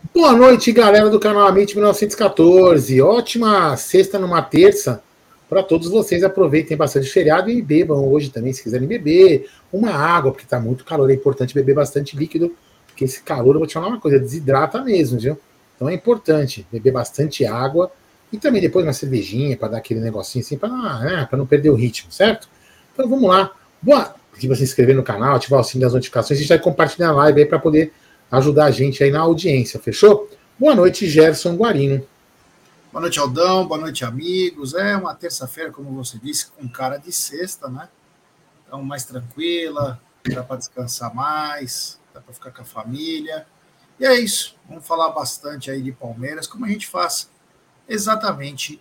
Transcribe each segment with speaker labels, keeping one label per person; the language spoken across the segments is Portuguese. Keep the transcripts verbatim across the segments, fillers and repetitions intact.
Speaker 1: Boa noite, galera do canal Amit mil novecentos e quatorze. Ótima sexta numa terça para todos vocês. Aproveitem bastante o feriado e bebam hoje também, se quiserem beber. Uma água, porque tá muito calor. É importante beber bastante líquido, porque esse calor, eu vou te falar uma coisa, desidrata mesmo, viu? Então é importante beber bastante água e também depois uma cervejinha para dar aquele negocinho assim, para né, não perder o ritmo, certo? Então vamos lá. Boa. Se você se inscrever no canal, ativar o sininho das notificações e já compartilhar a live aí para poder ajudar a gente aí na audiência, fechou? Boa noite, Gerson Guarino.
Speaker 2: Boa noite, Aldão. Boa noite, amigos. É uma terça-feira, como você disse, com cara de sexta, né? Então, mais tranquila, dá para descansar mais, dá para ficar com a família. E é isso. Vamos falar bastante aí de Palmeiras, como a gente faz exatamente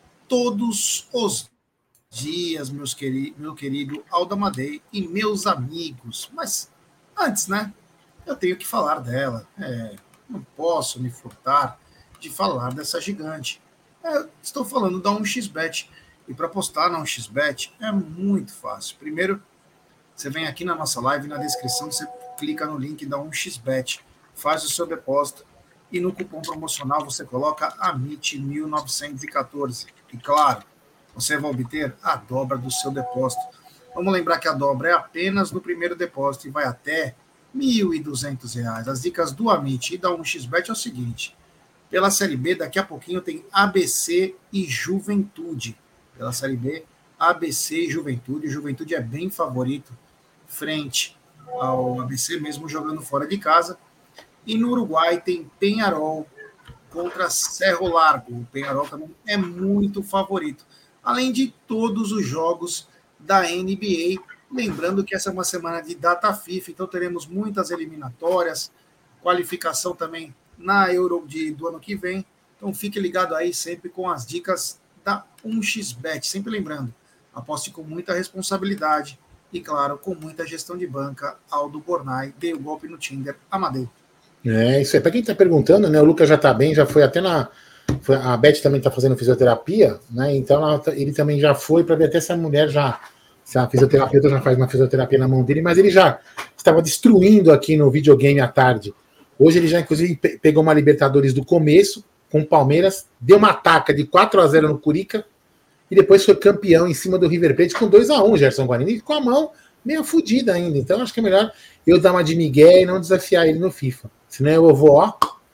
Speaker 2: todos os dias, meus queri meu querido Aldamadei e meus amigos. Mas antes, né? Eu tenho que falar dela. É, não posso me furtar de falar dessa gigante. É, estou falando da um xis bet. E para apostar na um xis bet é muito fácil. Primeiro, você vem aqui na nossa live, na descrição, você clica no link da um xis bet, faz o seu depósito e no cupom promocional você coloca AMIT mil novecentos e quatorze. E claro, você vai obter a dobra do seu depósito. Vamos lembrar que a dobra é apenas no primeiro depósito e vai até mil e duzentos reais. As dicas do Amit e da um xis bet é o seguinte: pela Série B, daqui a pouquinho tem A B C e Juventude. Pela Série B, A B C e Juventude. Juventude é bem favorito frente ao A B C, mesmo jogando fora de casa. E no Uruguai tem Peñarol contra Cerro Largo. O Peñarol também é muito favorito. Além de todos os jogos da N B A. Lembrando que essa é uma semana de data FIFA, então teremos muitas eliminatórias, qualificação também na Euro de, do ano que vem. Então fique ligado aí sempre com as dicas da um xis bet. Sempre lembrando, aposte com muita responsabilidade e, claro, com muita gestão de banca. Aldo Bornai, dei o golpe no Tinder, Amadei.
Speaker 1: É, isso aí. Para quem está perguntando, né? O Lucas já está bem, já foi até na. Foi, a Beth também está fazendo fisioterapia, né? Então ela, ele também já foi para ver até se a mulher já. Se a fisioterapeuta já faz uma fisioterapia na mão dele, mas ele já estava destruindo aqui no videogame à tarde. Hoje ele já, inclusive, pegou uma Libertadores do começo, com o Palmeiras, deu uma taca de quatro a zero no Curica, e depois foi campeão em cima do River Plate com dois a um, Gerson Guarini, com a mão meio fodida ainda. Então acho que é melhor eu dar uma de migué e não desafiar ele no FIFA. Senão eu vou, ó,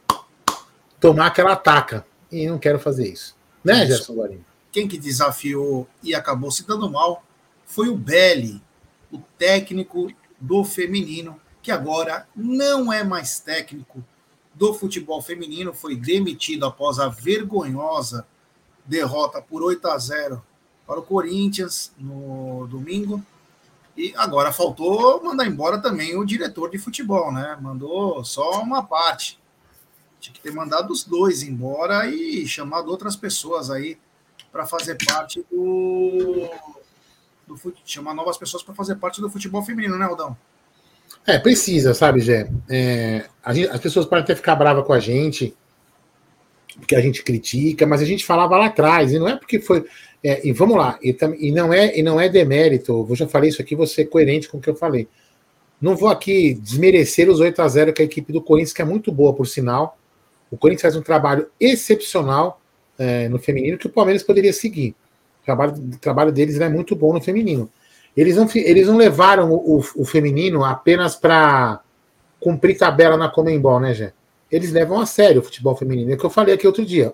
Speaker 1: tomar aquela taca. E não quero fazer isso. Né, Gerson Guarini?
Speaker 2: Quem que desafiou e acabou se dando mal foi o Belli, o técnico do feminino, que agora não é mais técnico do futebol feminino, foi demitido após a vergonhosa derrota por oito a zero para o Corinthians no domingo. E agora faltou mandar embora também o diretor de futebol, né? Mandou só uma parte. Tinha que ter mandado os dois embora e chamado outras pessoas aí para fazer parte do... Do fute... chamar novas pessoas para fazer parte do futebol feminino, né, Aldão?
Speaker 1: É, precisa, sabe, Gé? É, a gente, as pessoas podem até ficar bravas com a gente, porque a gente critica, mas a gente falava lá atrás, e não é porque foi. É, e vamos lá, e, e, não é, e não é demérito, eu já falei isso aqui, vou ser coerente com o que eu falei. Não vou aqui desmerecer os oito a zero que a equipe do Corinthians, que é muito boa, por sinal. O Corinthians faz um trabalho excepcional é, no feminino que o Palmeiras poderia seguir. O trabalho, o trabalho deles é muito bom no feminino. Eles não, eles não levaram o, o, o feminino apenas para cumprir tabela na Conmebol, né, Gé? Eles levam a sério o futebol feminino. É o que eu falei aqui outro dia.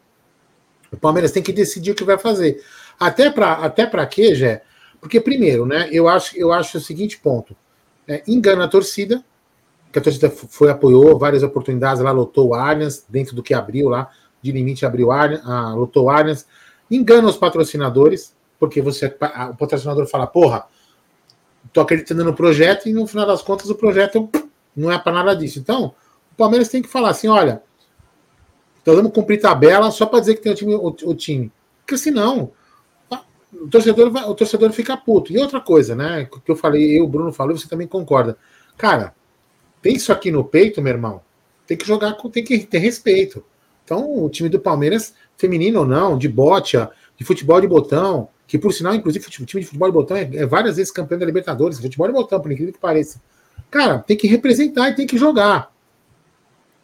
Speaker 1: O Palmeiras tem que decidir o que vai fazer. Até para até para quê, Gé? Porque, primeiro, né, eu acho, eu acho o seguinte ponto. É, engana a torcida, que a torcida foi, apoiou várias oportunidades, lá lotou o Allianz, dentro do que abriu lá, de limite abriu o Allianz, ah, lotou o Allianz. Engana os patrocinadores, porque você, o patrocinador fala, porra, tô acreditando no projeto, e no final das contas o projeto não é para nada disso. Então, o Palmeiras tem que falar assim, olha, nós vamos cumprir tabela só para dizer que tem o time, o, o time. Porque senão, o torcedor, vai, o torcedor fica puto. E outra coisa, né, que eu falei, eu, o Bruno falou, você também concorda. Cara, tem isso aqui no peito, meu irmão, tem que jogar, tem que ter respeito. Então, o time do Palmeiras, feminino ou não, de bote, de futebol de botão, que por sinal, inclusive, o time de futebol de botão é, é várias vezes campeão da Libertadores, futebol de botão, por incrível que pareça. Cara, tem que representar e tem que jogar.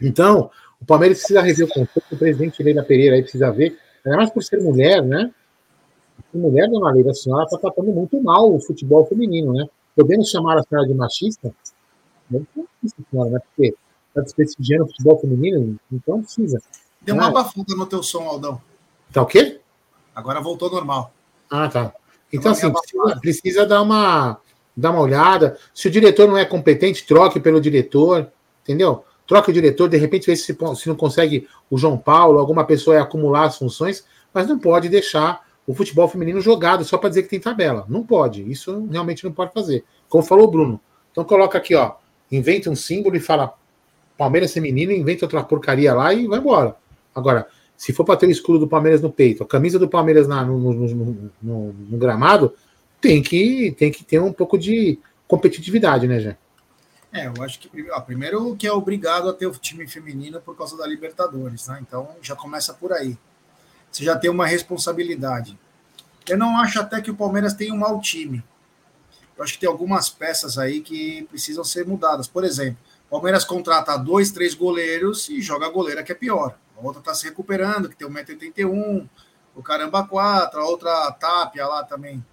Speaker 1: Então, o Palmeiras precisa rever o conceito, o presidente Leila Pereira aí precisa ver, ainda mais por ser mulher, né? A mulher, dona Leila, a senhora está tratando muito mal o futebol feminino, né? Podemos chamar a senhora de machista? Não precisa, senhora, né? Porque está desprestigiando o futebol feminino, então precisa.
Speaker 2: Deu uma abafada no teu som, Aldão.
Speaker 1: Tá o quê?
Speaker 2: Agora voltou normal.
Speaker 1: Ah, tá. Então, assim, precisa, precisa dar uma, dar uma olhada. Se o diretor não é competente, troque pelo diretor, entendeu? Troque o diretor, de repente, ver se, se não consegue o João Paulo, alguma pessoa acumular as funções, mas não pode deixar o futebol feminino jogado só para dizer que tem tabela. Não pode. Isso realmente não pode fazer. Como falou o Bruno. Então coloca aqui, ó, inventa um símbolo e fala Palmeiras feminino, inventa outra porcaria lá e vai embora. Agora, se for para ter o escudo do Palmeiras no peito, a camisa do Palmeiras na, no, no, no, no, no gramado, tem que, tem que ter um pouco de competitividade, né, Jé?
Speaker 2: É, eu acho que ó, primeiro que é obrigado a ter o time feminino por causa da Libertadores, né? Então já começa por aí. Você já tem uma responsabilidade. Eu não acho até que o Palmeiras tem um mau time. Eu acho que tem algumas peças aí que precisam ser mudadas. Por exemplo, o Palmeiras contrata dois, três goleiros e joga a goleira que é pior. A outra está se recuperando, que tem um metro e oitenta e um, o caramba quatro, a outra Tapia lá também.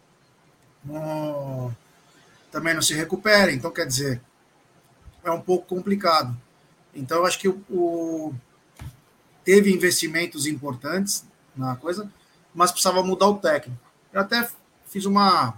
Speaker 2: No... Também não se recupera. Então, quer dizer, é um pouco complicado. Então, eu acho que o, o... teve investimentos importantes na coisa, mas precisava mudar o técnico. Eu até fiz uma...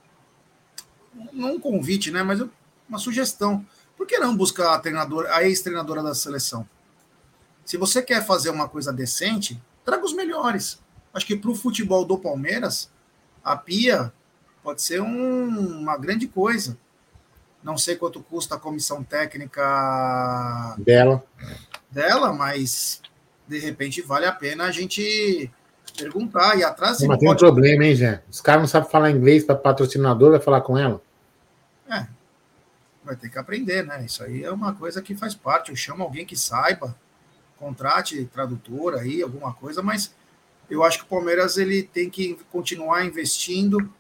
Speaker 2: não um convite, né, mas uma sugestão. Por que não buscar a treinadora, a ex-treinadora da seleção? Se você quer fazer uma coisa decente, traga os melhores. Acho que para o futebol do Palmeiras, a Pia pode ser um, uma grande coisa. Não sei quanto custa a comissão técnica
Speaker 1: dela,
Speaker 2: dela, mas de repente vale a pena a gente perguntar e atrás.
Speaker 1: Mas tem pode... um problema, hein, Zé? Os caras não sabem falar inglês para patrocinador, vai falar com ela?
Speaker 2: É, vai ter que aprender, né? Isso aí é uma coisa que faz parte. Eu chamo alguém que saiba, contrate tradutor aí, alguma coisa, mas eu acho que o Palmeiras ele tem que continuar investindo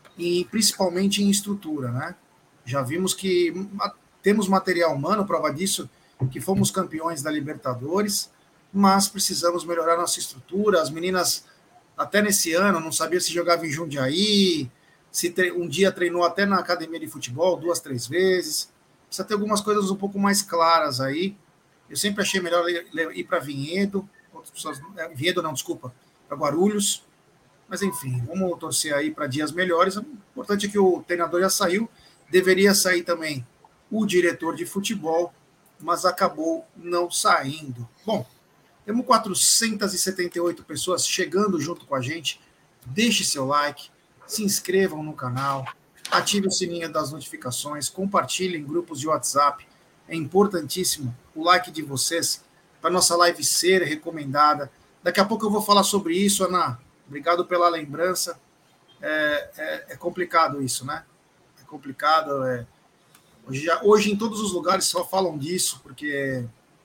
Speaker 2: e principalmente em estrutura, né? Já vimos que temos material humano, prova disso, que fomos campeões da Libertadores, mas precisamos melhorar nossa estrutura. As meninas, até nesse ano, não sabiam se jogava em Jundiaí, se um dia treinou até na academia de futebol, duas, três vezes. Precisa ter algumas coisas um pouco mais claras aí. Eu sempre achei melhor ir para Vinhedo, outras pessoas, Vinhedo não, desculpa, para Guarulhos. Mas enfim, vamos torcer aí para dias melhores. O importante é que o treinador já saiu, deveria sair também o diretor de futebol, mas acabou não saindo. Bom, temos quatrocentas e setenta e oito pessoas chegando junto com a gente. Deixe seu like, se inscrevam no canal, ative o sininho das notificações, compartilhem em grupos de WhatsApp. É importantíssimo o like de vocês para nossa live ser recomendada. Daqui a pouco eu vou falar sobre isso, Ana. Obrigado pela lembrança. É, é, é complicado isso, né? É complicado. É... Hoje, já, hoje, em todos os lugares, só falam disso, porque,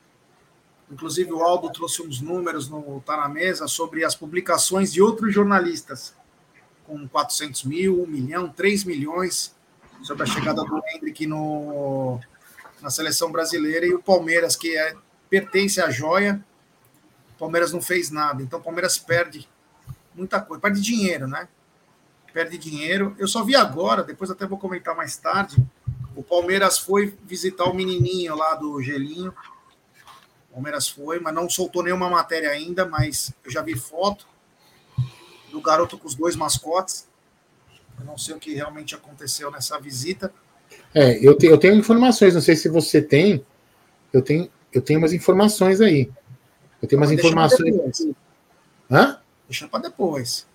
Speaker 2: inclusive, o Aldo trouxe uns números no Tá na Mesa sobre as publicações de outros jornalistas, com quatrocentos mil, um milhão, três milhões, sobre a chegada do Hendrick no, na seleção brasileira, e o Palmeiras, que é, pertence à joia, o Palmeiras não fez nada. Então, o Palmeiras perde muita coisa, perde dinheiro, né? Perde dinheiro. Eu só vi agora, depois até vou comentar mais tarde, o Palmeiras foi visitar o menininho lá do Gelinho. O Palmeiras foi, mas não soltou nenhuma matéria ainda, mas eu já vi foto do garoto com os dois mascotes. Eu não sei o que realmente aconteceu nessa visita.
Speaker 1: É, eu, te, eu tenho informações, não sei se você tem, eu tenho, eu tenho umas informações aí. Eu tenho umas
Speaker 2: mas
Speaker 1: informações. Hã?
Speaker 2: Deixa para depois.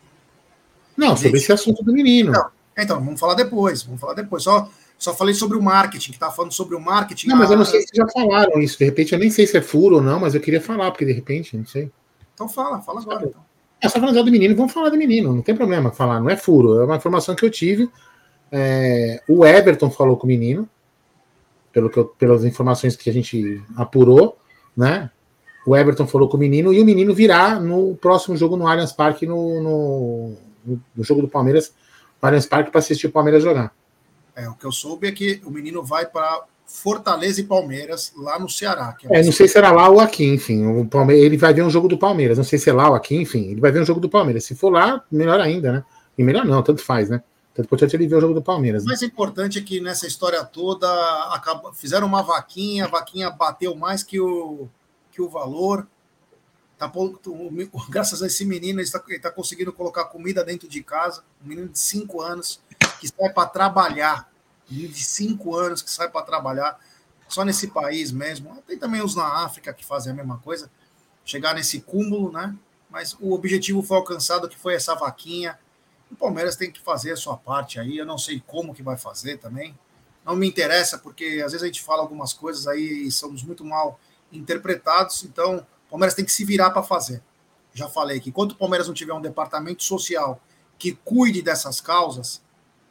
Speaker 1: Não, sobre Deixa. esse assunto do menino.
Speaker 2: Então, então, vamos falar depois. Vamos falar depois. Só, só falei sobre o marketing, que estava falando sobre o marketing.
Speaker 1: Não, a... mas eu não sei se já falaram isso. De repente, eu nem sei se é furo ou não, mas eu queria falar, porque de repente, não sei.
Speaker 2: Então fala, fala agora. Então.
Speaker 1: É só falando do menino, vamos falar do menino. Não tem problema falar, não é furo. É uma informação que eu tive. É... O Everton falou com o menino, pelo que eu, pelas informações que a gente apurou, né? O Everton falou com o menino e o menino virá no próximo jogo no Allianz Parque, no, no, no jogo do Palmeiras, no Allianz Parque, para assistir o Palmeiras jogar.
Speaker 2: É, o que eu soube é que o menino vai para Fortaleza e Palmeiras, lá no Ceará. Que é
Speaker 1: é, não sei se era lá ou aqui, enfim. O Palmeiras, ele vai ver um jogo do Palmeiras. Não sei se é lá ou aqui, enfim. Ele vai ver um jogo do Palmeiras. Se for lá, melhor ainda, né? E melhor não, tanto faz, né? Tanto importante ele ver o jogo do Palmeiras.
Speaker 2: O mais né? importante é que nessa história toda acabou, fizeram uma vaquinha, a vaquinha bateu mais que o, que o valor. Tá, graças a esse menino, ele está tá conseguindo colocar comida dentro de casa. Um menino de cinco anos que sai para trabalhar. Um menino de cinco anos que sai para trabalhar. Só nesse país mesmo. Tem também os na África que fazem a mesma coisa. Chegar nesse cúmulo, né? Mas o objetivo foi alcançado, que foi essa vaquinha. O Palmeiras tem que fazer a sua parte aí. Eu não sei como que vai fazer também. Não me interessa, porque às vezes a gente fala algumas coisas aí e somos muito mal interpretados. Então, o Palmeiras tem que se virar para fazer. Já falei que enquanto o Palmeiras não tiver um departamento social que cuide dessas causas,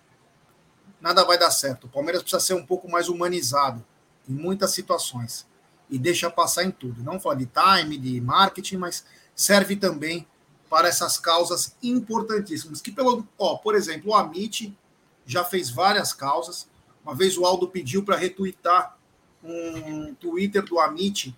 Speaker 2: nada vai dar certo. O Palmeiras precisa ser um pouco mais humanizado em muitas situações. E deixa passar em tudo. Não fala de time, de marketing, mas serve também para essas causas importantíssimas. Que pelo, ó, por exemplo, o Amit já fez várias causas. Uma vez o Aldo pediu para retweetar um Twitter do Amit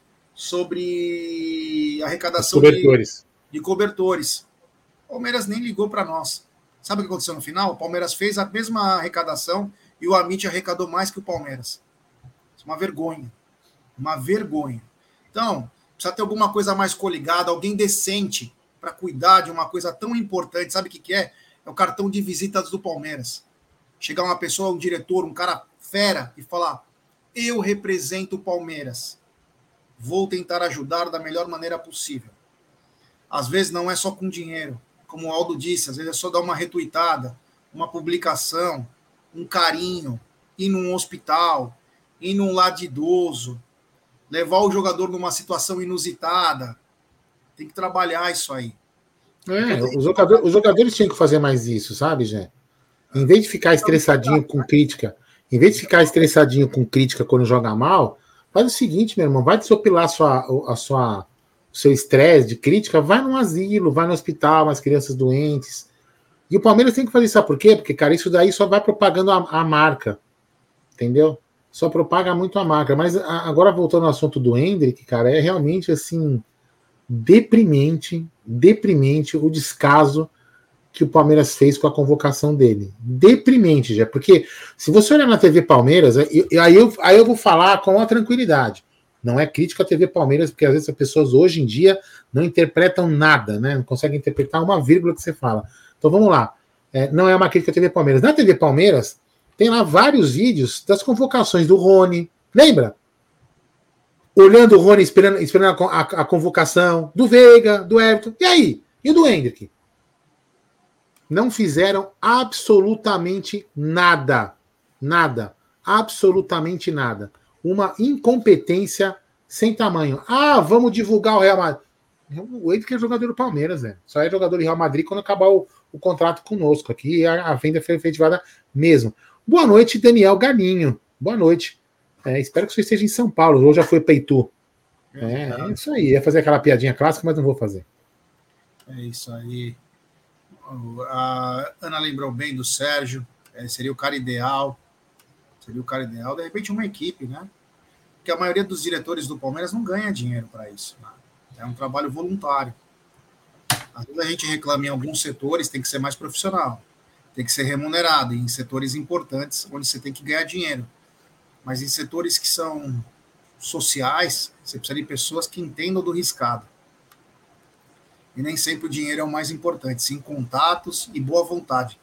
Speaker 2: sobre arrecadação
Speaker 1: cobertores.
Speaker 2: De, de cobertores. O Palmeiras nem ligou para nós. Sabe o que aconteceu no final? O Palmeiras fez a mesma arrecadação e o Amit arrecadou mais que o Palmeiras. Isso é uma vergonha. Uma vergonha. Então, precisa ter alguma coisa mais coligada, alguém decente para cuidar de uma coisa tão importante. Sabe o que, que é? É o cartão de visitas do Palmeiras. Chegar uma pessoa, um diretor, um cara fera e falar: eu represento o Palmeiras. Vou tentar ajudar da melhor maneira possível. Às vezes não é só com dinheiro. Como o Aldo disse, às vezes é só dar uma retweetada, uma publicação, um carinho, ir num hospital, ir num lar de idoso, levar o jogador numa situação inusitada. Tem que trabalhar isso aí.
Speaker 1: É, os, jogador, os jogadores tinham que fazer mais isso, sabe, Jé? Em vez de ficar estressadinho com crítica, em vez de ficar estressadinho com crítica quando joga mal, faz o seguinte, meu irmão, vai desopilar a sua, a sua, o seu estresse de crítica, vai num asilo, vai no hospital, as crianças doentes. E o Palmeiras tem que fazer isso, sabe por quê? Porque, cara, isso daí só vai propagando a, a marca, entendeu? Só propaga muito a marca. Mas a, agora, voltando ao assunto do Hendrick, cara, é realmente, assim, deprimente, deprimente o descaso que o Palmeiras fez com a convocação dele. Deprimente, já, porque se você olhar na T V Palmeiras, eu, aí, eu, aí eu vou falar com a tranquilidade. Não é crítica à T V Palmeiras, porque às vezes as pessoas hoje em dia não interpretam nada, né? Não conseguem interpretar uma vírgula que você fala. Então vamos lá. É, não é uma crítica à T V Palmeiras. Na T V Palmeiras, tem lá vários vídeos das convocações do Rony. Lembra? Olhando o Rony, esperando, esperando a, a, a convocação do Veiga, do Everton. E aí? E o do Hendrick? Não fizeram absolutamente nada. Nada. Absolutamente nada. Uma incompetência sem tamanho. Ah, vamos divulgar o Real Madrid. O Hendrick é jogador do Palmeiras, né? Só é jogador do Real Madrid quando acabar o, o contrato conosco. Aqui a, a venda foi efetivada mesmo. Boa noite, Daniel Galinho. Boa noite. É, espero que você esteja em São Paulo. Ou já foi Peitu. É, é isso aí. Ia fazer aquela piadinha clássica, mas não vou fazer.
Speaker 2: É isso aí. A Ana lembrou bem do Sérgio. É, seria o cara ideal. Seria o cara ideal. De repente, uma equipe, né? Porque a maioria dos diretores do Palmeiras não ganha dinheiro para isso. Né? É um trabalho voluntário. Às vezes a gente reclama em alguns setores, tem que ser mais profissional. Tem que ser remunerado em setores importantes, onde você tem que ganhar dinheiro. Mas em setores que são sociais, você precisa de pessoas que entendam do riscado. E nem sempre o dinheiro é o mais importante, sim contatos e boa vontade.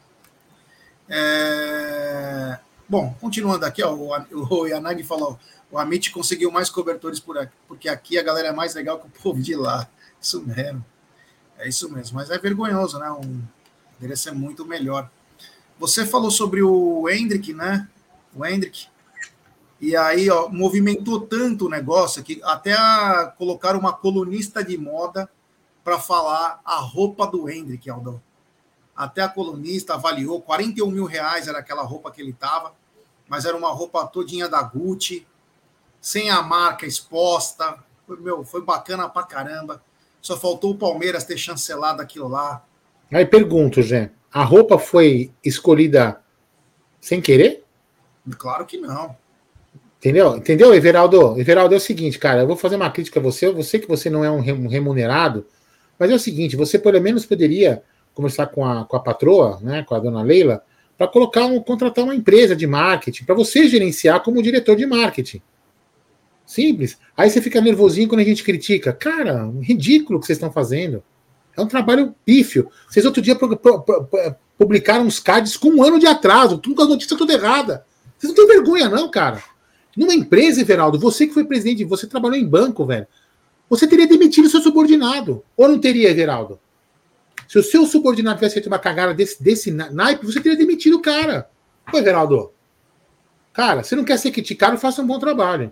Speaker 2: É... Bom, continuando aqui, ó, o Yanagi falou, o Amit conseguiu mais cobertores por aqui, porque aqui a galera é mais legal que o povo de lá. Isso mesmo. É isso mesmo, mas é vergonhoso, né? Um... Deveria ser muito melhor. Você falou sobre o Hendrick, né? O Hendrick. E aí, ó, movimentou tanto o negócio que até a... colocaram uma colunista de moda para falar a roupa do Hendrick, Aldão. Até a colunista avaliou, quarenta e um mil reais era aquela roupa que ele tava, mas era uma roupa todinha da Gucci, sem a marca exposta. Foi, meu, foi bacana pra caramba. Só faltou o Palmeiras ter chancelado aquilo lá.
Speaker 1: Aí pergunto, Zé, a roupa foi escolhida sem querer?
Speaker 2: Claro que não.
Speaker 1: Entendeu? Entendeu, Everaldo? Everaldo, é o seguinte, cara, eu vou fazer uma crítica a você, eu sei que você não é um remunerado, mas é o seguinte, você pelo menos poderia conversar com a, com a patroa, né, com a dona Leila, para colocar um, contratar uma empresa de marketing, para você gerenciar como diretor de marketing. Simples. Aí você fica nervosinho quando a gente critica. Cara, ridículo o que vocês estão fazendo. É um trabalho pífio. Vocês outro dia publicaram uns C A Ds com um ano de atraso, tudo com a notícia toda errada. Vocês não têm vergonha não, cara. Numa empresa, Everaldo, você que foi presidente, você trabalhou em banco, velho, você teria demitido o seu subordinado. Ou não teria, Everaldo? Se o seu subordinado tivesse feito uma cagada desse, desse naipe, você teria demitido o cara. Pô, Everaldo. Cara, você não quer ser criticado, faça um bom trabalho.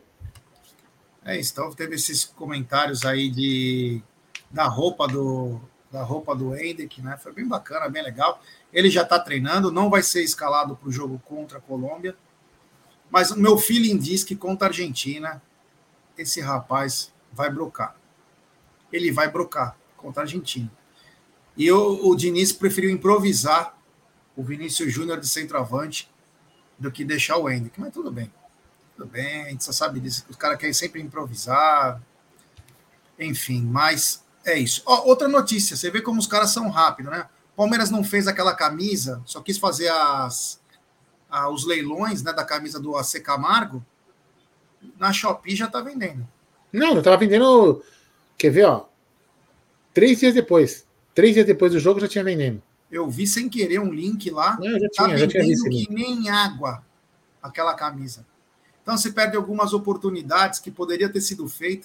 Speaker 2: É isso, então teve esses comentários aí de, da roupa do da roupa do Hendrick, né? Foi bem bacana, bem legal. Ele já está treinando, não vai ser escalado para o jogo contra a Colômbia. Mas o meu feeling diz que contra a Argentina, esse rapaz vai brocar. Ele vai brocar contra a Argentina. E eu, o Diniz preferiu improvisar o Vinícius Júnior de centroavante do que deixar o Hendrick. Mas tudo bem. Tudo bem, a gente só sabe disso. Os caras querem sempre improvisar. Enfim, mas é isso. Ó, outra notícia. Você vê como os caras são rápidos, né? O Palmeiras não fez aquela camisa, só quis fazer as... Ah, os leilões, né, da camisa do A C Camargo, na Shopee já tá vendendo.
Speaker 1: Não, eu tava vendendo. Quer ver, ó? Três dias depois. Três dias depois do jogo já tinha vendendo.
Speaker 2: Eu vi sem querer um link lá.
Speaker 1: Não, já
Speaker 2: tá
Speaker 1: tinha, já tinha visto
Speaker 2: que nem água aquela camisa. Então você perde algumas oportunidades que poderia ter sido feita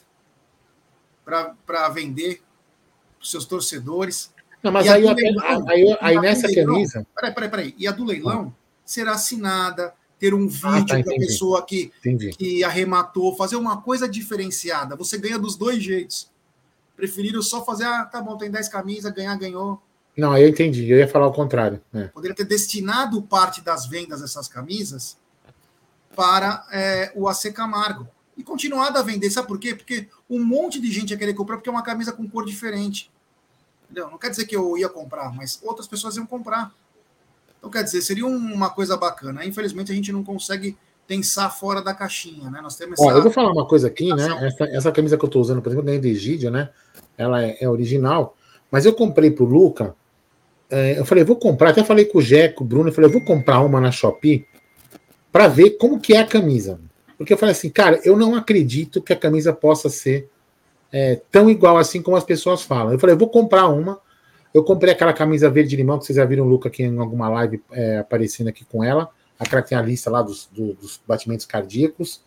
Speaker 2: para vender para os seus torcedores.
Speaker 1: Não, mas aí, leilão, aí, aí nessa
Speaker 2: leilão,
Speaker 1: camisa.
Speaker 2: Peraí, peraí, peraí. E a do leilão ah. será assinada, ter um vídeo ah, tá, da pessoa que, que arrematou, fazer uma coisa diferenciada. Você ganha dos dois jeitos. Preferiram só fazer, ah, tá bom, tem dez camisas, ganhar, ganhou.
Speaker 1: Não, eu entendi, eu ia falar o contrário. Né?
Speaker 2: Poderia ter destinado parte das vendas dessas camisas para é, o A C Camargo. E continuado a vender, sabe por quê? Porque um monte de gente ia querer comprar porque é uma camisa com cor diferente. Entendeu? Não quer dizer que eu ia comprar, mas outras pessoas iam comprar. Então, quer dizer, seria uma coisa bacana. Infelizmente, a gente não consegue pensar fora da caixinha, né? Nós temos
Speaker 1: Ó,
Speaker 2: essa...
Speaker 1: eu vou falar uma coisa aqui, né? Essa, essa camisa que eu tô usando, por exemplo, ganhei do Egídio, né? Ela é, é original, mas eu comprei pro Luca. É, eu falei, vou comprar, até falei com o Jé, com o Bruno, eu falei, eu vou comprar uma na Shopee para ver como que é a camisa. Porque eu falei assim, cara, eu não acredito que a camisa possa ser é, tão igual assim como as pessoas falam. Eu falei, eu vou comprar uma. Eu comprei aquela camisa verde-limão, que vocês já viram o Luca aqui em alguma live é, aparecendo aqui com ela. Aquela que tem a lista lá dos, do, dos batimentos cardíacos.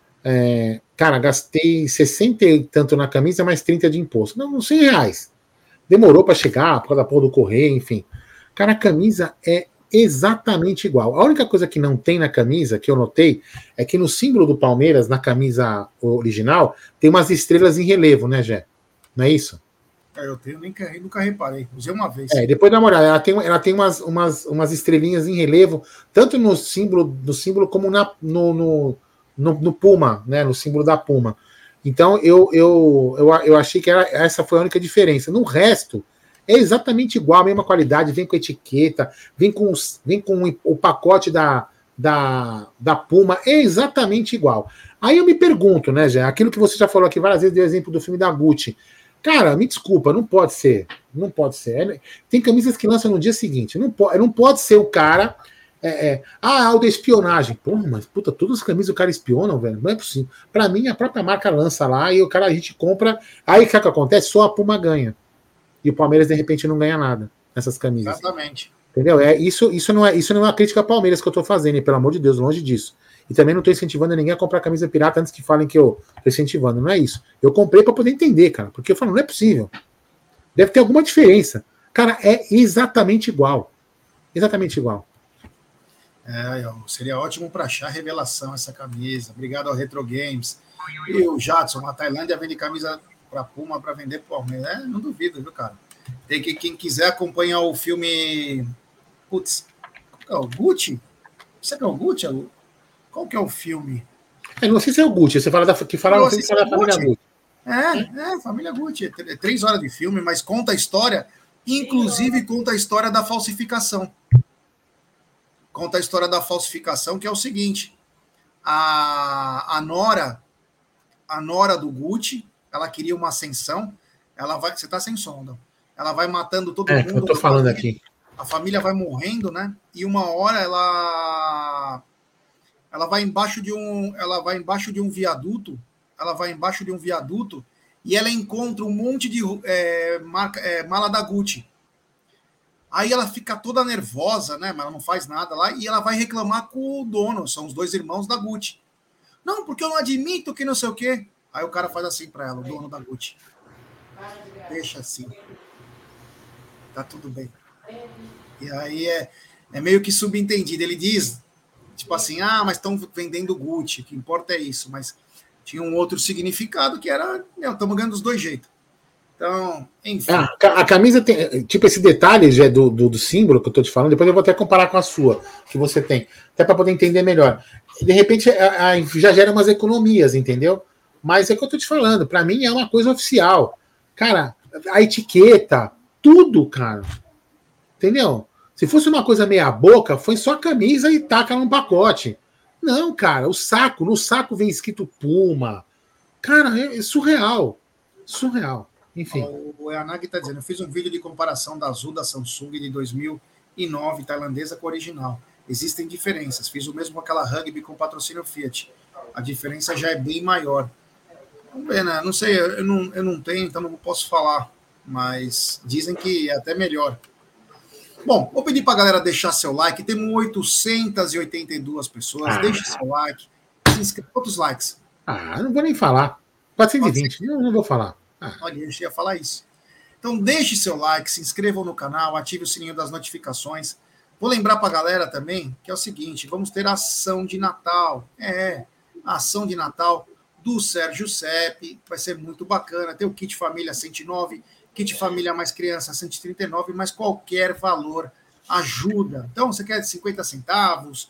Speaker 1: É, cara, gastei sessenta e tanto na camisa, mais trinta de imposto. Não, cem reais. Demorou para chegar, por causa da porra do correio, enfim. Cara, a camisa é exatamente igual. A única coisa que não tem na camisa, que eu notei, é que no símbolo do Palmeiras, na camisa original, tem umas estrelas em relevo, né, Jé? Não é isso?
Speaker 2: É, eu tenho, nem, nunca reparei. Usei uma vez.
Speaker 1: É, depois dá uma olhada. Ela tem, ela tem umas, umas, umas estrelinhas em relevo, tanto no símbolo, no símbolo como na, no, no, no, no Puma, né? No símbolo da Puma. Então, eu, eu, eu, eu achei que era, essa foi a única diferença. No resto, é exatamente igual, a mesma qualidade, vem com etiqueta, vem com, os, vem com o pacote da, da, da Puma, é exatamente igual. Aí eu me pergunto, né, Jé? Aquilo que você já falou aqui várias vezes, deu exemplo do filme da Gucci. Cara, me desculpa, não pode ser. Não pode ser. Tem camisas que lançam no dia seguinte. Não pode, não pode ser o cara. É, é, ah, alda espionagem. Porra, mas puta, todas as camisas o cara espionam, velho. Não é possível. Pra mim, a própria marca lança lá e o cara a gente compra. Aí o que, que acontece? Só a Puma ganha. E o Palmeiras, de repente, não ganha nada nessas camisas.
Speaker 2: Exatamente.
Speaker 1: Entendeu? É, isso, isso, não é, isso não é uma crítica ao Palmeiras que eu tô fazendo, e pelo amor de Deus, longe disso. E também não estou incentivando ninguém a comprar camisa pirata antes que falem que eu estou incentivando. Não é isso. Eu comprei para poder entender, cara. Porque eu falo, não é possível. Deve ter alguma diferença. Cara, é exatamente igual. Exatamente igual.
Speaker 2: É, seria ótimo para achar revelação essa camisa. Obrigado ao Retro Games. E o Jadson, a Tailândia vende camisa para Puma para vender para o Palmeiras. É, não duvido, viu, cara? Tem que, quem quiser acompanhar o filme. Putz, qual é o Gucci? Você que é o Gucci? Qual que é o filme?
Speaker 1: Eu não sei se é o Gucci, você fala da, que fala não,
Speaker 2: se
Speaker 1: fala da família Gucci.
Speaker 2: É, é, família Gucci. É três horas de filme, mas conta a história, inclusive conta a história da falsificação. Conta a história da falsificação, que é o seguinte: A, a Nora, a Nora do Gucci, ela queria uma ascensão. Ela vai, você está sem som, não? Ela vai matando todo
Speaker 1: É,
Speaker 2: mundo.
Speaker 1: eu tô falando aqui.
Speaker 2: A família vai morrendo, né? E uma hora ela ela vai embaixo de um ela vai embaixo de um viaduto, ela vai embaixo de um viaduto e ela encontra um monte de é, marca, é, mala da Gucci. Aí ela fica toda nervosa, né? Mas ela não faz nada lá e ela vai reclamar com o dono, são os dois irmãos da Gucci. Não, porque eu não admito que não sei o quê. Aí o cara faz assim para ela, o dono da Gucci. Deixa assim. Tá tudo bem. E aí é, é meio que subentendido. Ele diz, tipo assim, ah, mas estão vendendo Gucci, o que importa é isso. Mas tinha um outro significado que era, estamos ganhando dos dois jeitos. Então, enfim.
Speaker 1: Ah, a camisa tem, tipo, esse detalhe já do, do, do símbolo que eu tô te falando, depois eu vou até comparar com a sua, que você tem, até para poder entender melhor. De repente, a, a, já gera umas economias, entendeu? Mas é o que eu tô te falando, para mim é uma coisa oficial. Cara, a etiqueta, tudo, cara. Entendeu? Se fosse uma coisa meia boca, foi só a camisa e taca num pacote. Não, cara, o saco, no saco vem escrito Puma. Cara, é, é surreal. Surreal. Enfim.
Speaker 2: O Yanagi está dizendo, eu fiz um vídeo de comparação da Azul da Samsung de dois mil e nove, tailandesa, com a original. Existem diferenças. Fiz o mesmo com aquela Rugby com patrocínio Fiat. A diferença já é bem maior. Vamos ver, né? Não sei, eu não, eu não tenho, então não posso falar. Mas dizem que é até melhor. Bom, vou pedir para a galera deixar seu like. Temos oitocentas e oitenta e duas pessoas. Ah. Deixe seu like. Se inscreva. Quantos likes?
Speaker 1: Ah, não vou nem falar. quatrocentos e vinte. Não, não vou falar.
Speaker 2: Ah. Olha, eu ia falar isso. Então, deixe seu like, se inscrevam no canal, ative o sininho das notificações. Vou lembrar para a galera também que é o seguinte, vamos ter a ação de Natal. É, a ação de Natal do Sérgio Sepp. Vai ser muito bacana. Tem o Kit Família cento e nove, Kit Família mais Criança cento e trinta e nove, mas qualquer valor ajuda. Então, você quer cinquenta centavos,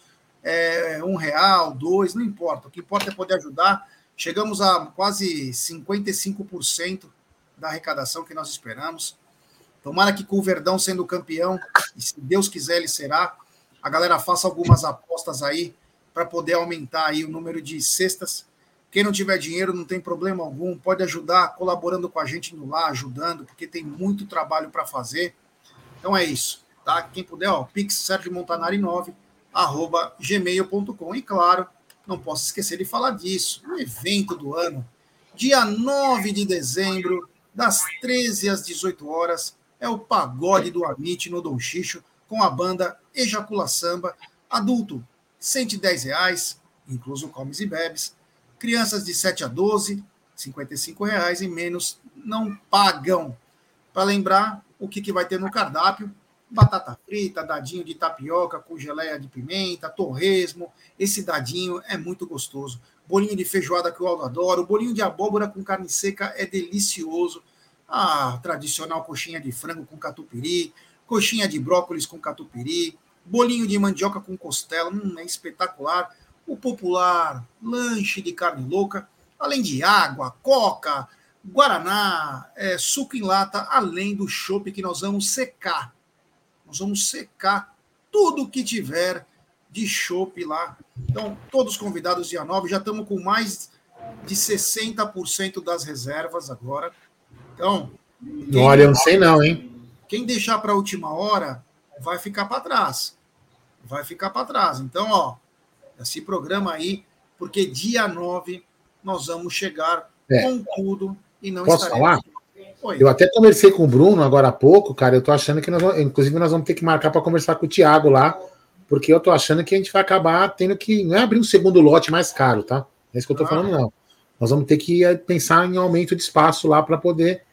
Speaker 2: é, um real, dois, não importa. O que importa é poder ajudar. Chegamos a quase cinquenta e cinco por cento da arrecadação que nós esperamos. Tomara que com o Verdão sendo campeão, e se Deus quiser ele será, a galera faça algumas apostas aí para poder aumentar aí o número de cestas. Quem não tiver dinheiro não tem problema algum, pode ajudar colaborando com a gente no lá, ajudando, porque tem muito trabalho para fazer. Então é isso, tá? Quem puder, ó, pix sergio montanari nove arroba gmail ponto com. E claro, não posso esquecer de falar disso, o evento do ano, dia nove de dezembro, das treze às dezoito horas, é o Pagode do Amit no Dom Xixo, com a banda Ejacula Samba, adulto, cento e dez reais, incluso comes e bebes, crianças de sete a doze, cinquenta e cinco reais, e menos não pagam. Para lembrar, o que, que vai ter no cardápio, batata frita, dadinho de tapioca com geleia de pimenta, torresmo, esse dadinho é muito gostoso. Bolinho de feijoada que o Aldo adora, o bolinho de abóbora com carne seca é delicioso. A tradicional coxinha de frango com catupiry, coxinha de brócolis com catupiry, bolinho de mandioca com costela, hum, é espetacular. O popular lanche de carne louca, além de água, coca, guaraná, é, suco em lata, além do chopp que nós vamos secar. Nós vamos secar tudo que tiver de chopp lá. Então, todos convidados dia nove, já estamos com mais de sessenta por cento das reservas agora. Então,
Speaker 1: olha, eu não sei não, hein?
Speaker 2: Quem deixar para a última hora vai ficar para trás. Vai ficar para trás. Então, ó, se programa aí, porque dia nove nós vamos chegar é. com tudo e não
Speaker 1: Posso falar? Oi. Eu até conversei com o Bruno agora há pouco, cara. Eu tô achando que nós vamos, inclusive, nós vamos ter que marcar para conversar com o Thiago lá, porque eu tô achando que a gente vai acabar tendo que. Não é abrir um segundo lote mais caro, tá? É isso que eu tô ah. falando, não. Nós vamos ter que pensar em aumento de espaço lá para poder.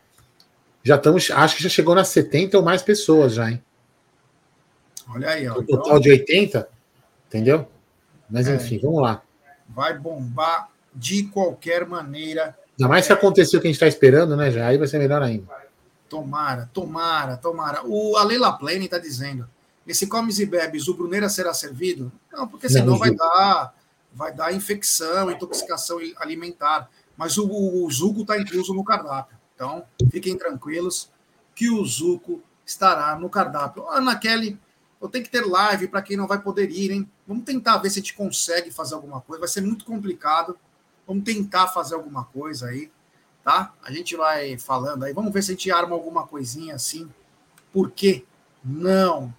Speaker 1: Já estamos, acho que já chegou nas setenta ou mais pessoas já, hein?
Speaker 2: Olha aí, ó.
Speaker 1: O total então, de oitenta, entendeu? Mas é, enfim, vamos lá.
Speaker 2: Vai bombar de qualquer maneira.
Speaker 1: Ainda mais se acontecer o que a gente está esperando, né? Já aí vai ser melhor ainda.
Speaker 2: Tomara, tomara, tomara. O a Leila Plane está dizendo: esse comes e bebes, o Bruneira será servido? Não, porque senão não, vai dar, vai dar infecção, intoxicação alimentar. Mas o, o Zuco está incluso no cardápio. Então, fiquem tranquilos que o Zuco estará no cardápio. A Ana Kelly Eu tenho que ter live para quem não vai poder ir, hein? Vamos tentar ver se a gente consegue fazer alguma coisa. Vai ser muito complicado. Vamos tentar fazer alguma coisa aí, tá? A gente vai falando aí. Vamos ver se a gente arma alguma coisinha assim. Por quê? Não.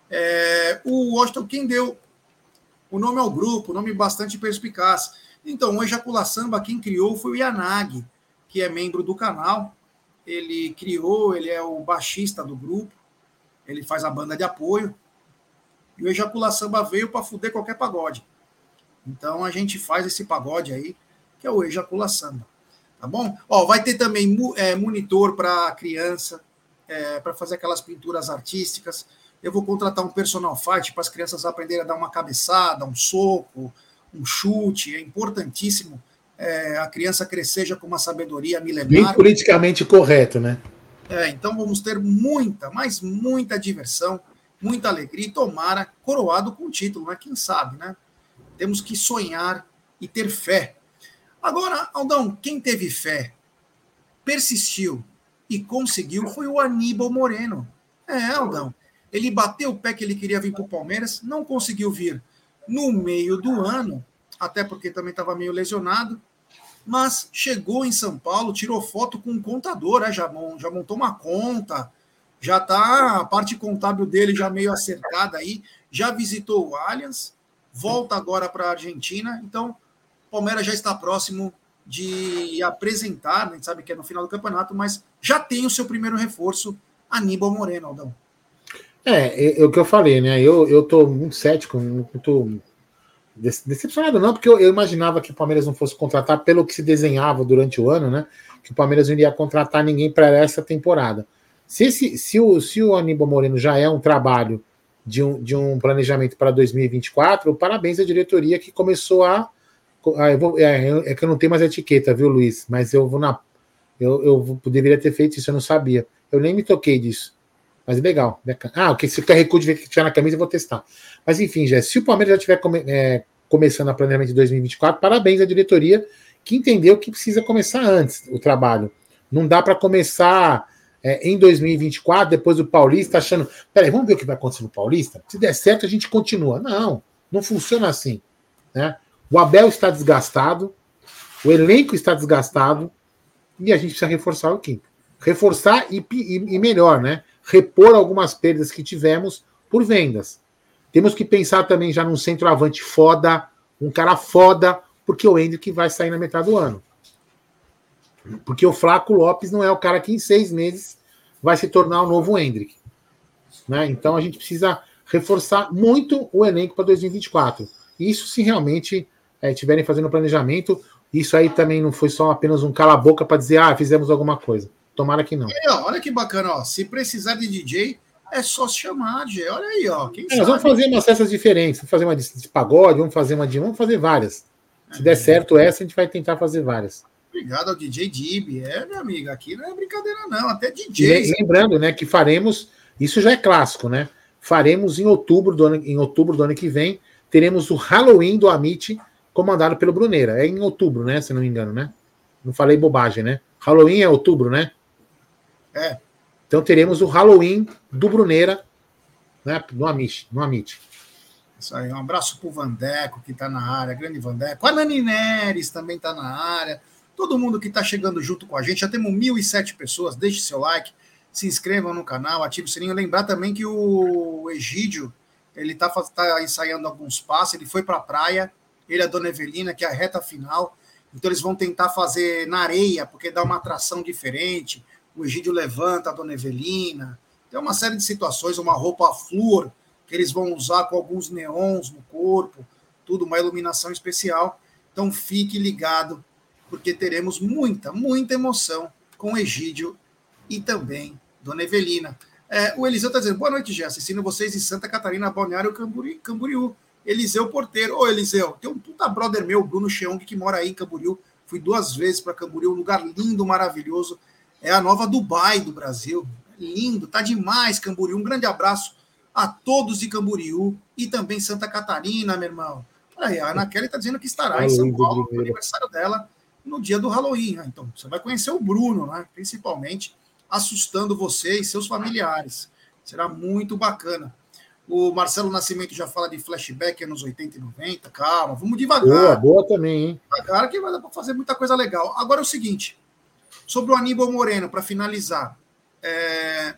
Speaker 2: É, o Washington, quem deu o nome ao grupo, nome bastante perspicaz. Então, o Ejacula Samba, quem criou foi o Yanagi, que é membro do canal. Ele criou, ele é o baixista do grupo, ele faz a banda de apoio. E o Ejacula Samba veio para fuder qualquer pagode. Então, a gente faz esse pagode aí, que é o Ejacula Samba. Tá bom? Ó, vai ter também é, monitor para criança, é, para fazer aquelas pinturas artísticas. Eu vou contratar um personal fight para as crianças aprenderem a dar uma cabeçada, um soco, um chute. É importantíssimo é, a criança crescer já com uma sabedoria milenar.
Speaker 1: Bem politicamente correto, né?
Speaker 2: É, então vamos ter muita, mas muita diversão, muita alegria e tomara coroado com o título, né? Quem sabe, né? Temos que sonhar e ter fé. Agora, Aldão, quem teve fé, persistiu e conseguiu foi o Aníbal Moreno. É, Aldão. Ele bateu o pé que ele queria vir para o Palmeiras, não conseguiu vir no meio do ano, até porque também estava meio lesionado, mas chegou em São Paulo, tirou foto com um contador, né? já, já montou uma conta, já está a parte contábil dele já meio acertada aí, já visitou o Allianz, volta agora para a Argentina, então o Palmeiras já está próximo de apresentar, a gente sabe que é no final do campeonato, mas já tem o seu primeiro reforço, Aníbal Moreno, Aldão.
Speaker 1: É, é, é o que eu falei, né? Eu, eu tô muito cético, muito decepcionado, não, porque eu, eu imaginava que o Palmeiras não fosse contratar pelo que se desenhava durante o ano, né? Que o Palmeiras não iria contratar ninguém para essa temporada. Se, esse, se, o, se o Aníbal Moreno já é um trabalho de um, de um planejamento para dois mil e vinte e quatro, parabéns à diretoria que começou a. a eu vou, é, é que eu não tenho mais etiqueta, viu, Luiz? Mas eu vou na. Eu, eu deveria ter feito isso, eu não sabia. Eu nem me toquei disso. Mas é legal. Ah, o que se o Q R Code que tiver na camisa, eu vou testar. Mas enfim, já, se o Palmeiras já estiver come, é, começando a planejamento de dois mil e vinte e quatro, parabéns à diretoria que entendeu que precisa começar antes o trabalho. Não dá para começar é, em dois mil e vinte e quatro, depois do Paulista, achando, peraí, vamos ver o que vai acontecer no Paulista? Se der certo, a gente continua. Não, não funciona assim. Né? O Abel está desgastado, o elenco está desgastado e a gente precisa reforçar o equipe. Reforçar e, e, e melhor, né? Repor algumas perdas que tivemos por vendas. Temos que pensar também já num centroavante foda, um cara foda, porque o Hendrick vai sair na metade do ano. Porque o Flaco Lopes não é o cara que em seis meses vai se tornar o novo Hendrick. Né? Então a gente precisa reforçar muito o elenco para dois mil e vinte e quatro. Isso se realmente é, estiverem fazendo planejamento, isso aí também não foi só apenas um cala-boca para dizer, ah, fizemos alguma coisa. Tomara que não.
Speaker 2: E, ó, olha que bacana, ó. Se precisar de D J, é só se chamar, Gê. Olha aí, ó. Quem
Speaker 1: é, nós vamos fazer umas festas diferentes. Vamos fazer uma de pagode, vamos fazer uma de. Vamos fazer várias. Se é, der certo essa, a gente vai tentar fazer várias.
Speaker 2: Obrigado ao D J Dib. É, minha amiga, aqui não é brincadeira, não. Até D J.
Speaker 1: E lembrando, né, que faremos. Isso já é clássico, né? Faremos em outubro do ano, em outubro do ano que vem. Teremos o Halloween do Amit, comandado pelo Bruneira. É em outubro, né? Se não me engano, né? Não falei bobagem, né? Halloween é outubro, né?
Speaker 2: É.
Speaker 1: Então teremos o Halloween do Bruneira, né, no Amit. No Amit.
Speaker 2: Isso aí, um abraço pro Vandeco, que está na área, grande Vandeco. A Nani Neres também está na área. Todo mundo que está chegando junto com a gente. Já temos mil e sete pessoas. Deixe seu like, se inscrevam no canal, ative o sininho. Lembrar também que o Egídio, ele está tá ensaiando alguns passos. Ele foi para a praia, ele e a Dona Evelina, que é a reta final. Então eles vão tentar fazer na areia, porque dá uma atração diferente. O Egídio levanta a Dona Evelina. Tem uma série de situações, uma roupa flúor que eles vão usar com alguns neons no corpo, tudo, uma iluminação especial. Então fique ligado, porque teremos muita, muita emoção com o Egídio e também Dona Evelina. É, o Eliseu está dizendo, boa noite, Gé, assistindo vocês em Santa Catarina, Balneário Camboriú. Camboriú. Eliseu Porteiro. Ô, Eliseu, tem um puta brother meu, Bruno Cheong, que mora aí em Camboriú. Fui duas vezes para Camboriú, um lugar lindo, maravilhoso. É a nova Dubai do Brasil. Lindo, tá demais, Camboriú. Um grande abraço a todos de Camboriú e também Santa Catarina, meu irmão. Aí, a Ana Kelly está dizendo que estará em São Paulo no aniversário dela no dia do Halloween. Né? Então, você vai conhecer o Bruno, né? Principalmente assustando você e seus familiares. Será muito bacana. O Marcelo Nascimento já fala de flashback anos oitenta e noventa. Calma, vamos devagar.
Speaker 1: Boa, boa também, hein?
Speaker 2: Devagar que vai dar para fazer muita coisa legal. Agora é o seguinte, sobre o Aníbal Moreno, para finalizar. É...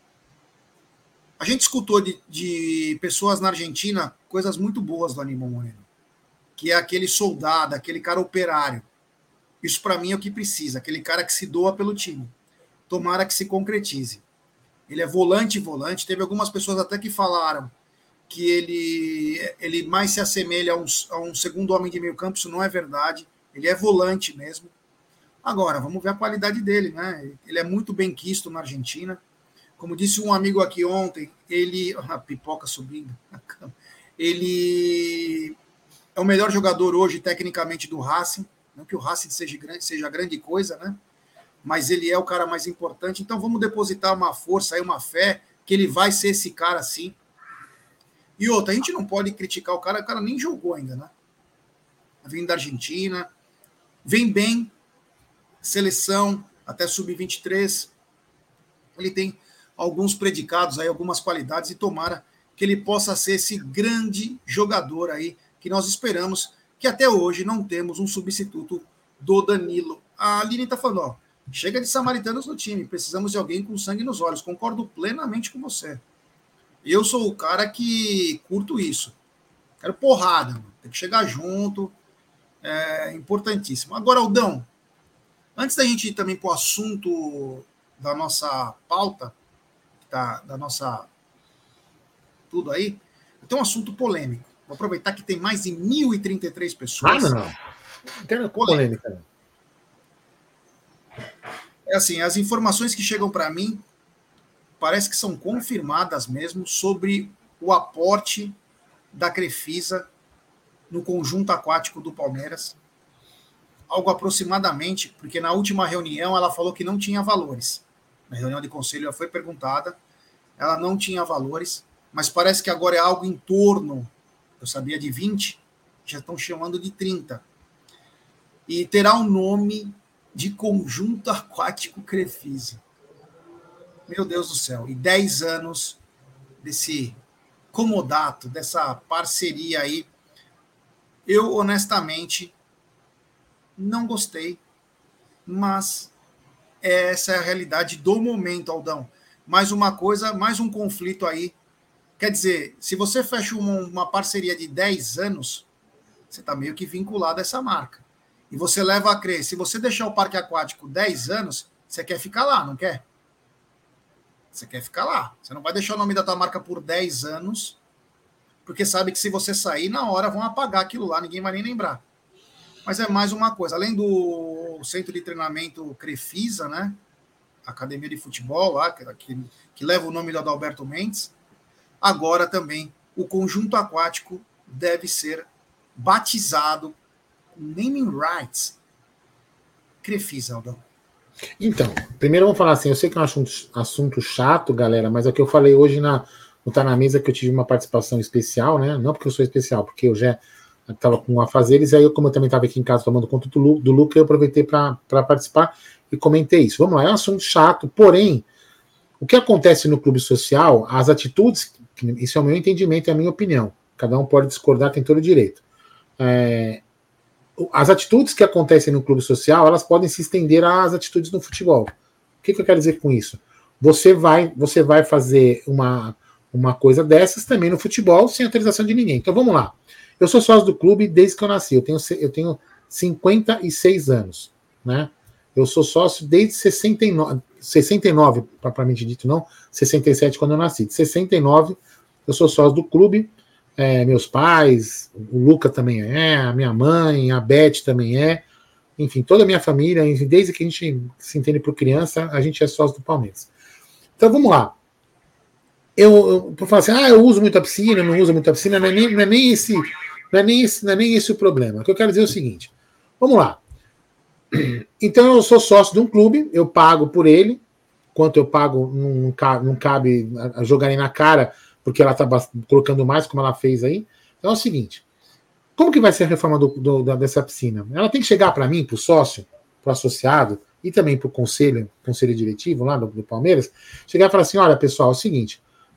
Speaker 2: A gente escutou de, de pessoas na Argentina coisas muito boas do Aníbal Moreno, que é aquele soldado, aquele cara operário. Isso para mim é o que precisa, aquele cara que se doa pelo time. Tomara que se concretize. Ele é volante, volante. Teve algumas pessoas até que falaram que ele, ele mais se assemelha a um, a um segundo homem de meio campo. Isso não é verdade. Ele é volante mesmo. Agora, vamos ver a qualidade dele, né? Ele é muito bem quisto na Argentina. Como disse um amigo aqui ontem, ele... A pipoca subindo na cama. Ele é o melhor jogador hoje, tecnicamente, do Racing. Não que o Racing seja grande, seja grande coisa, né? Mas ele é o cara mais importante. Então vamos depositar uma força aí, uma fé, que ele vai ser esse cara assim. E outra, a gente não pode criticar o cara, o cara nem jogou ainda, né? Vem da Argentina, vem bem, seleção, até sub vinte e três. Ele tem alguns predicados aí, algumas qualidades, e tomara que ele possa ser esse grande jogador aí, que nós esperamos, que até hoje não temos um substituto do Danilo. A Aline está falando, ó, chega de samaritanos no time, precisamos de alguém com sangue nos olhos. Concordo plenamente com você. Eu sou o cara que curto isso. Quero porrada, mano. Tem que chegar junto. É importantíssimo. Agora, Aldão, antes da gente ir também para o assunto da nossa pauta, da, da nossa... tudo aí, tem um assunto polêmico. Vou aproveitar que tem mais de mil e trinta e três pessoas.
Speaker 1: Ah, não. Não tem polêmica, não.
Speaker 2: É assim, as informações que chegam para mim parece que são confirmadas mesmo sobre o aporte da Crefisa no conjunto aquático do Palmeiras. Algo aproximadamente, porque na última reunião ela falou que não tinha valores. Na reunião de conselho ela foi perguntada, ela não tinha valores, mas parece que agora é algo em torno, eu sabia de vinte, já estão chamando de trinta. E terá o nome de Conjunto Aquático Crefisa. Meu Deus do céu. E dez anos desse comodato, dessa parceria aí. Eu, honestamente, não gostei, mas essa é a realidade do momento, Aldão. Mais uma coisa, mais um conflito aí. Quer dizer, se você fecha uma, uma parceria de dez anos, você está meio que vinculado a essa marca. E você leva a crer, se você deixar o parque aquático dez anos, você quer ficar lá, não quer? Você quer ficar lá. Você não vai deixar o nome da tua marca por dez anos, porque sabe que se você sair, na hora vão apagar aquilo lá, ninguém vai nem lembrar. Mas é mais uma coisa. Além do centro de treinamento Crefisa, né? Academia de futebol lá, que, que leva o nome do Adalberto Mendes, agora também o conjunto aquático deve ser batizado naming rights Crefisa, Aldão.
Speaker 1: Então, primeiro vamos falar assim, eu sei que é um assunto, assunto chato, galera, mas é o que eu falei hoje na, no Tá Na Mesa, que eu tive uma participação especial, né? Não porque eu sou especial, porque eu já estava com afazeres, e aí eu, como eu também estava aqui em casa tomando conta do, Lu, do Luca, eu aproveitei para participar e comentei isso. Vamos lá, é um assunto chato, porém, o que acontece no clube social, as atitudes, isso é o meu entendimento, é a minha opinião, cada um pode discordar, tem todo o direito. É, as atitudes que acontecem no clube social, elas podem se estender às atitudes no futebol. O que, que eu quero dizer com isso? Você vai, você vai fazer uma, uma coisa dessas também no futebol sem autorização de ninguém. Então vamos lá. Eu sou sócio do clube desde que eu nasci. Eu tenho, eu tenho cinquenta e seis anos. Né? Eu sou sócio desde sessenta e nove, sessenta e nove, propriamente dito, não, sessenta e sete quando eu nasci. De sessenta e nove eu sou sócio do clube. É, meus pais, o Luca também é, a minha mãe, a Beth também é, enfim, toda a minha família, desde que a gente se entende por criança, a gente é sócio do Palmeiras. Então vamos lá. Eu, eu falo assim, ah, eu uso muito a piscina, eu não uso muito a piscina, não é nem, não é nem esse, não é nem esse, não é nem esse o problema. O que eu quero dizer é o seguinte, vamos lá. Então eu sou sócio de um clube, eu pago por ele, quanto eu pago não cabe, não cabe jogarem na cara, porque ela está colocando mais, como ela fez aí. Então é o seguinte, como que vai ser a reforma do, do, dessa piscina? Ela tem que chegar para mim, para o sócio, para o associado, e também para o conselho, conselho diretivo lá do, do Palmeiras, chegar e falar assim, olha pessoal, é o seguinte,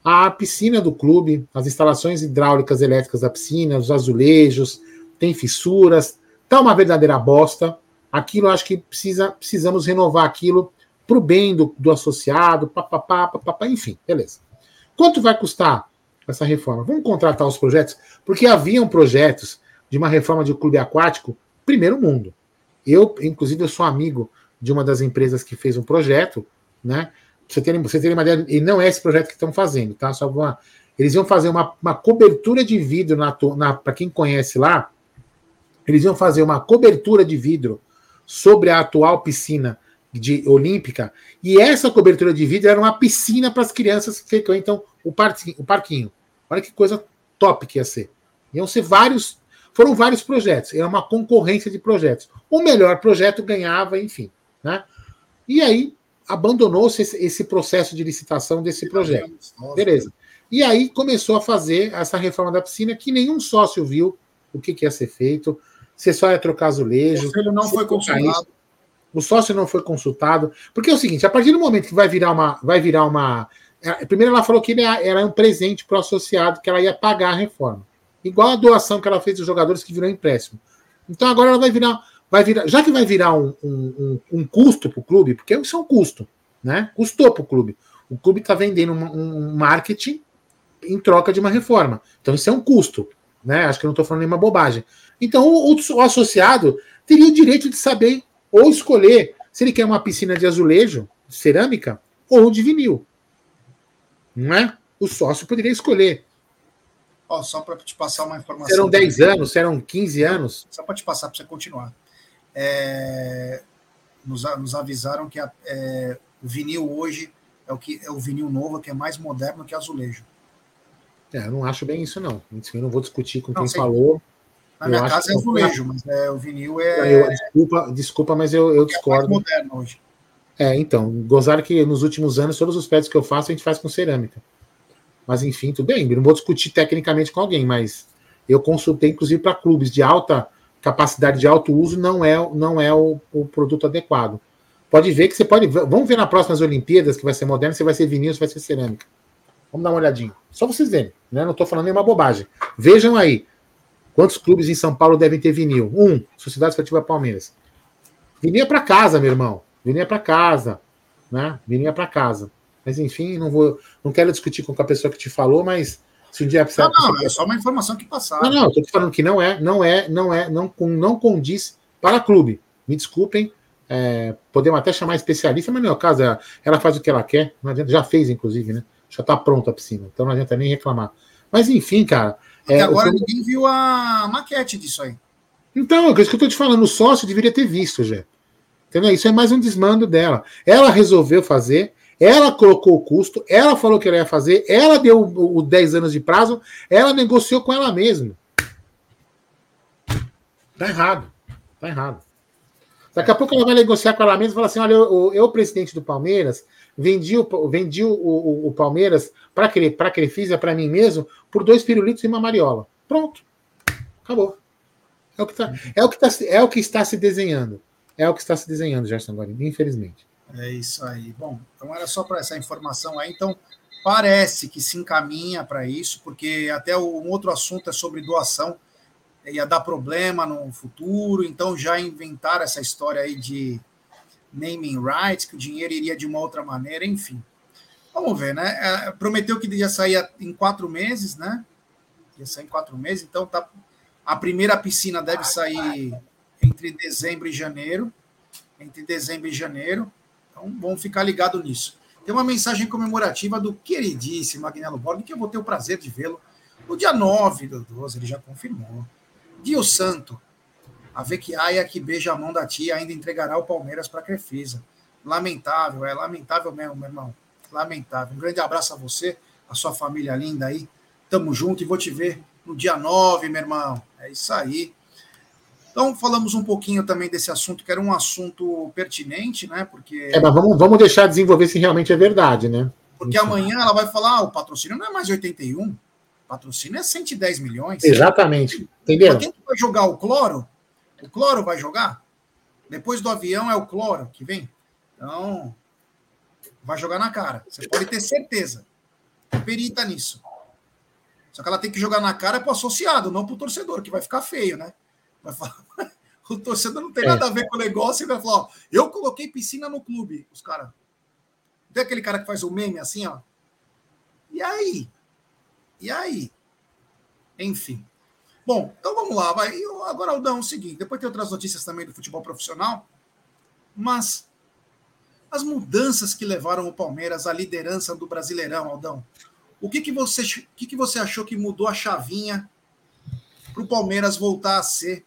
Speaker 1: A piscina do clube, as instalações hidráulicas elétricas da piscina, os azulejos, tem fissuras, tá uma verdadeira bosta. Aquilo, acho que precisa, precisamos renovar aquilo para o bem do, do associado, papapá, papapá, enfim, beleza. Quanto vai custar essa reforma? Vamos contratar os projetos? Porque haviam projetos de uma reforma de um clube aquático primeiro mundo. Eu, inclusive, eu sou amigo de uma das empresas que fez um projeto, né? Pra você terem, você terem uma ideia, e não é esse projeto que estão fazendo, tá? Só uma, eles iam fazer uma, uma cobertura de vidro, na, na, para quem conhece lá, eles iam fazer uma cobertura de vidro sobre a atual piscina de, olímpica, e essa cobertura de vidro era uma piscina para as crianças que frequentam o parquinho, o parquinho. Olha que coisa top que ia ser. Iam ser vários, foram vários projetos, era uma concorrência de projetos. O melhor projeto ganhava, enfim, né? E aí abandonou-se esse, esse processo de licitação desse projeto. Beleza. E aí começou a fazer essa reforma da piscina que nenhum sócio viu o que, que ia ser feito. Você só ia trocar azulejo.
Speaker 2: O conselho não foi consultado.
Speaker 1: O sócio não foi consultado. Porque é o seguinte, a partir do momento que vai virar uma... Vai virar uma primeiro ela falou que ele era um presente para o associado, que ela ia pagar a reforma. Igual a doação que ela fez dos jogadores, que virou empréstimo. Então agora ela vai virar... Vai virar, já que vai virar um, um, um, um custo para o clube, porque isso é um custo, né? Custou para o clube. O clube está vendendo um, um marketing em troca de uma reforma. Então isso é um custo, né? Acho que eu não estou falando nenhuma bobagem. Então o, o associado teria o direito de saber ou escolher se ele quer uma piscina de azulejo, de cerâmica, ou de vinil. Não é? O sócio poderia escolher.
Speaker 2: Oh, só para te passar uma informação.
Speaker 1: Serão dez anos, serão quinze anos.
Speaker 2: Só para te passar, para você continuar. É, nos, nos avisaram que a, é, o vinil hoje é o, que, é o vinil novo, que é mais moderno que azulejo.
Speaker 1: É, eu não acho bem isso, não. Eu não vou discutir com
Speaker 2: não,
Speaker 1: quem
Speaker 2: sei.
Speaker 1: falou.
Speaker 2: Na minha casa é azulejo, mas é, o vinil é.
Speaker 1: Eu, desculpa, desculpa, mas eu, eu discordo.
Speaker 2: É mais moderno hoje.
Speaker 1: É, então, gozaram que nos últimos anos, todos os pets que eu faço, a gente faz com cerâmica. Mas, enfim, tudo bem. Eu não vou discutir tecnicamente com alguém, mas eu consultei, inclusive, para clubes de alta capacidade de alto uso, não é, não é o, o produto adequado. Pode ver que você pode... Vamos ver nas próximas Olimpíadas, que vai ser moderno, se vai ser vinil, se vai ser cerâmica. Vamos dar uma olhadinha. Só vocês verem, né? Não estou falando nenhuma bobagem. Vejam aí. Quantos clubes em São Paulo devem ter vinil? Um, Sociedade Esportiva Palmeiras. Vinil é para casa, meu irmão. Vinil é para casa. Né? Vinil é para casa. Mas, enfim, não vou, não quero discutir com a pessoa que te falou, mas se um dia precisar...
Speaker 2: Não, não, é só uma informação que passaram.
Speaker 1: Não, não, estou te falando que não é, não é, não é, não, não condiz para clube. Me desculpem, é, podemos até chamar especialista, mas não é o caso, ela, ela faz o que ela quer, não adianta, já fez, inclusive, né? Já está pronta a piscina, então não adianta nem reclamar. Mas, enfim, cara...
Speaker 2: Até
Speaker 1: é,
Speaker 2: agora
Speaker 1: eu...
Speaker 2: ninguém viu a maquete disso aí.
Speaker 1: Então, é isso que eu estou te falando, o sócio deveria ter visto, já. Entendeu? Isso é mais um desmando dela. Ela resolveu fazer... Ela colocou o custo, ela falou que ela ia fazer, ela deu os dez anos de prazo, ela negociou com ela mesma. Tá errado. Tá errado. Daqui a pouco ela vai negociar com ela mesma e falar assim: olha, eu, eu presidente do Palmeiras, vendi o, vendi o, o, o Palmeiras para que, pra que ele fizer para mim mesmo por dois pirulitos e uma mariola. Pronto. Acabou. É o que, tá, é, o que tá, é o que está se desenhando. É o que está se desenhando, Gerson Guarino, infelizmente.
Speaker 2: É isso aí. Bom, então era só para essa informação aí. Então, parece que se encaminha para isso, porque até um outro assunto é sobre doação, ia dar problema no futuro, então já inventaram essa história aí de naming rights, que o dinheiro iria de uma outra maneira, enfim. Vamos ver, né? É, prometeu que ia sair em quatro meses, né? Ia sair em quatro meses, então tá, a primeira piscina deve sair entre dezembro e janeiro. Entre dezembro e janeiro. Então, vamos ficar ligado nisso. Tem uma mensagem comemorativa do queridíssimo Agnello Borghi, que eu vou ter o prazer de vê-lo no dia nove do doze, ele já confirmou. Dio Santo, a Vecchiaia que beija a mão da tia ainda entregará o Palmeiras para a Crefisa. Lamentável, é lamentável mesmo, meu irmão. Lamentável. Um grande abraço a você, a sua família linda aí. Tamo junto e vou te ver no dia nove, meu irmão. É isso aí. Então, falamos um pouquinho também desse assunto, que era um assunto pertinente, né? Porque,
Speaker 1: é, mas vamos, vamos deixar desenvolver se realmente é verdade, né?
Speaker 2: Porque Isso. amanhã ela vai falar, ah, o patrocínio não é mais oitenta e um, o patrocínio é cento e dez milhões.
Speaker 1: Exatamente, entendeu?
Speaker 2: Mas quem que vai jogar o cloro? O cloro vai jogar? Depois do avião é o cloro que vem? Então, vai jogar na cara, você pode ter certeza. perita nisso. Só que ela tem que jogar na cara para o associado, não para o torcedor, que vai ficar feio, né? Vai falar... O torcedor não tem é. nada a ver com o negócio e vai falar, ó, eu coloquei piscina no clube. Os caras... Tem aquele cara que faz o meme assim, ó. E aí? E aí? Enfim. Bom, então vamos lá. Vai. Eu, agora, Aldão, é o seguinte, depois tem outras notícias também do futebol profissional, mas as mudanças que levaram o Palmeiras à liderança do Brasileirão, Aldão, o que, que, você, o que, que você achou que mudou a chavinha para o Palmeiras voltar a ser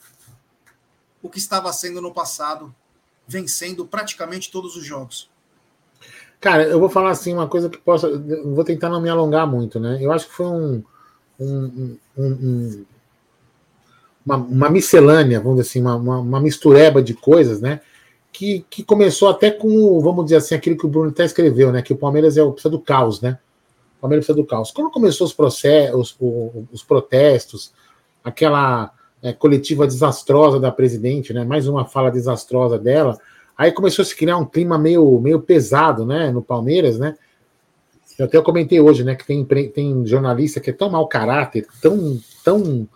Speaker 2: o que estava sendo no passado, vencendo praticamente todos os jogos?
Speaker 1: Cara, eu vou falar assim, uma coisa que possa... Eu vou tentar não me alongar muito, né? Eu acho que foi um... um, um, um uma, uma miscelânea, vamos dizer assim, uma, uma, uma mistureba de coisas, né? Que, que começou até com, vamos dizer assim, aquilo que o Bruno até escreveu, né? Que o Palmeiras é o precisa do caos, né? O Palmeiras precisa do caos. Quando começou os processos, os, os protestos, aquela... É, coletiva desastrosa da presidente, né? Mais uma fala desastrosa dela. Aí começou a se criar um clima meio, meio pesado, né? No Palmeiras, né? Eu até comentei hoje, né? Que tem, tem jornalista que é tão mau caráter, tão, tão,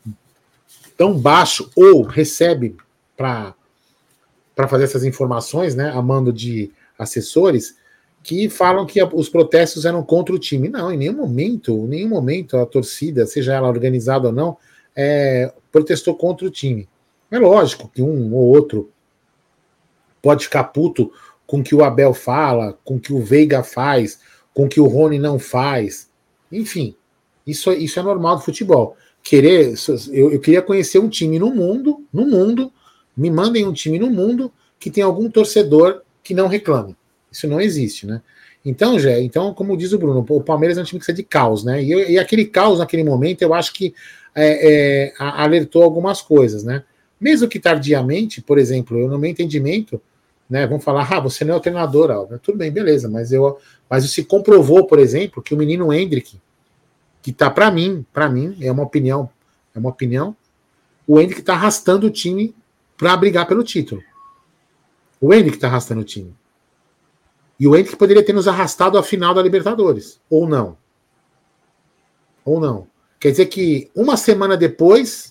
Speaker 1: tão baixo, ou recebe para para fazer essas informações, né? A mando de assessores, que falam que a, os protestos eram contra o time. Não, em nenhum momento, em nenhum momento a torcida, seja ela organizada ou não, É, protestou contra o time. É lógico que um ou outro pode ficar puto com o que o Abel fala, com o que o Veiga faz, com o que o Rony não faz. Enfim, isso, isso é normal do futebol. Querer, eu, eu queria conhecer um time no mundo, no mundo, me mandem um time no mundo que tem algum torcedor que não reclame. Isso não existe, né? Então, Jé, então, como diz o Bruno, o Palmeiras é um time que precisa de caos, né? E, e aquele caos naquele momento, eu acho que É, é, alertou algumas coisas, né? Mesmo que tardiamente, por exemplo, eu no meu entendimento, né, vão falar, ah, você não é o treinador, Alves. Tudo bem, beleza, mas eu, mas se comprovou, por exemplo, que o menino Hendrick, que tá para mim, para mim, é uma opinião, é uma opinião, o Hendrick tá arrastando o time para brigar pelo título. O Hendrick tá arrastando o time. E o Hendrick poderia ter nos arrastado à final da Libertadores, ou não. Ou não. Quer dizer que uma semana depois,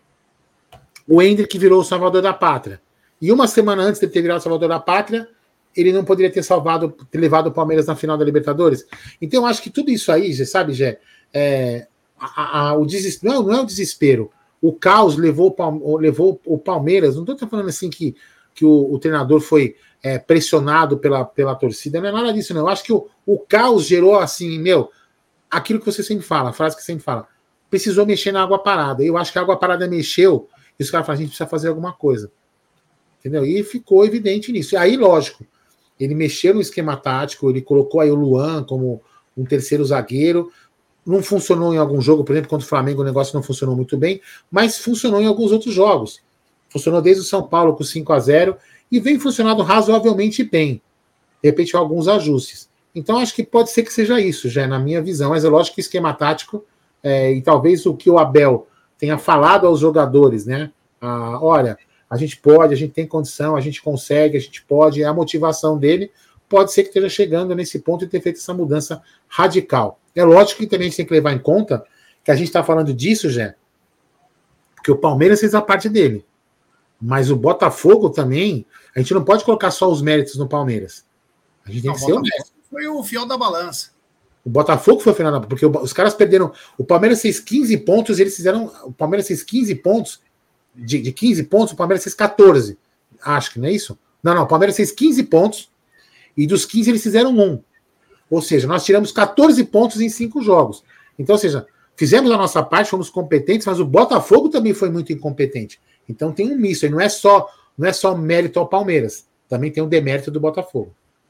Speaker 1: o Hendrick virou o salvador da pátria. E uma semana antes de ter virado o salvador da pátria, ele não poderia ter salvado, ter levado o Palmeiras na final da Libertadores. Então, eu acho que tudo isso aí, sabe, Gé, é, a, a, o desespero, não, não é o desespero. O caos levou, levou o Palmeiras. Não estou falando assim que, que o, o treinador foi é, pressionado pela, pela torcida, não é nada disso, não. Eu acho que o, o caos gerou assim, meu, aquilo que você sempre fala, a frase que você sempre fala. Precisou mexer na água parada. Eu acho que a água parada mexeu e os caras falaram, a gente precisa fazer alguma coisa. Entendeu? E ficou evidente nisso. E aí, lógico, ele mexeu no esquema tático, ele colocou aí o Luan como um terceiro zagueiro. Não funcionou em algum jogo, por exemplo, contra o Flamengo o negócio não funcionou muito bem, mas funcionou em alguns outros jogos. Funcionou desde o São Paulo com cinco a zero e vem funcionando razoavelmente bem. De repente, alguns ajustes. Então, acho que pode ser que seja isso, já na minha visão. Mas é lógico que o esquema tático É, e talvez o que o Abel tenha falado aos jogadores, né? Ah, olha, a gente pode, a gente tem condição, a gente consegue, a gente pode, a motivação dele pode ser que esteja chegando nesse ponto e ter feito essa mudança radical. É lógico que também a gente tem que levar em conta que a gente está falando disso, já, porque o Palmeiras fez a parte dele. Mas o Botafogo também, a gente não pode colocar só os méritos no Palmeiras. A gente tem não, que ser honesto.
Speaker 2: Foi o fiel da balança.
Speaker 1: O Botafogo foi o final, porque os caras perderam. O Palmeiras fez quinze pontos, eles fizeram. O Palmeiras fez quinze pontos. De, de quinze pontos, o Palmeiras fez catorze. Acho que não é isso? Não, não. O Palmeiras fez quinze pontos e dos quinze eles fizeram um. Ou seja, nós tiramos catorze pontos em cinco jogos. Então, ou seja, fizemos a nossa parte, fomos competentes, mas o Botafogo também foi muito incompetente. Então tem um misto. E não é só, não é só mérito ao Palmeiras. Também tem o demérito do Botafogo.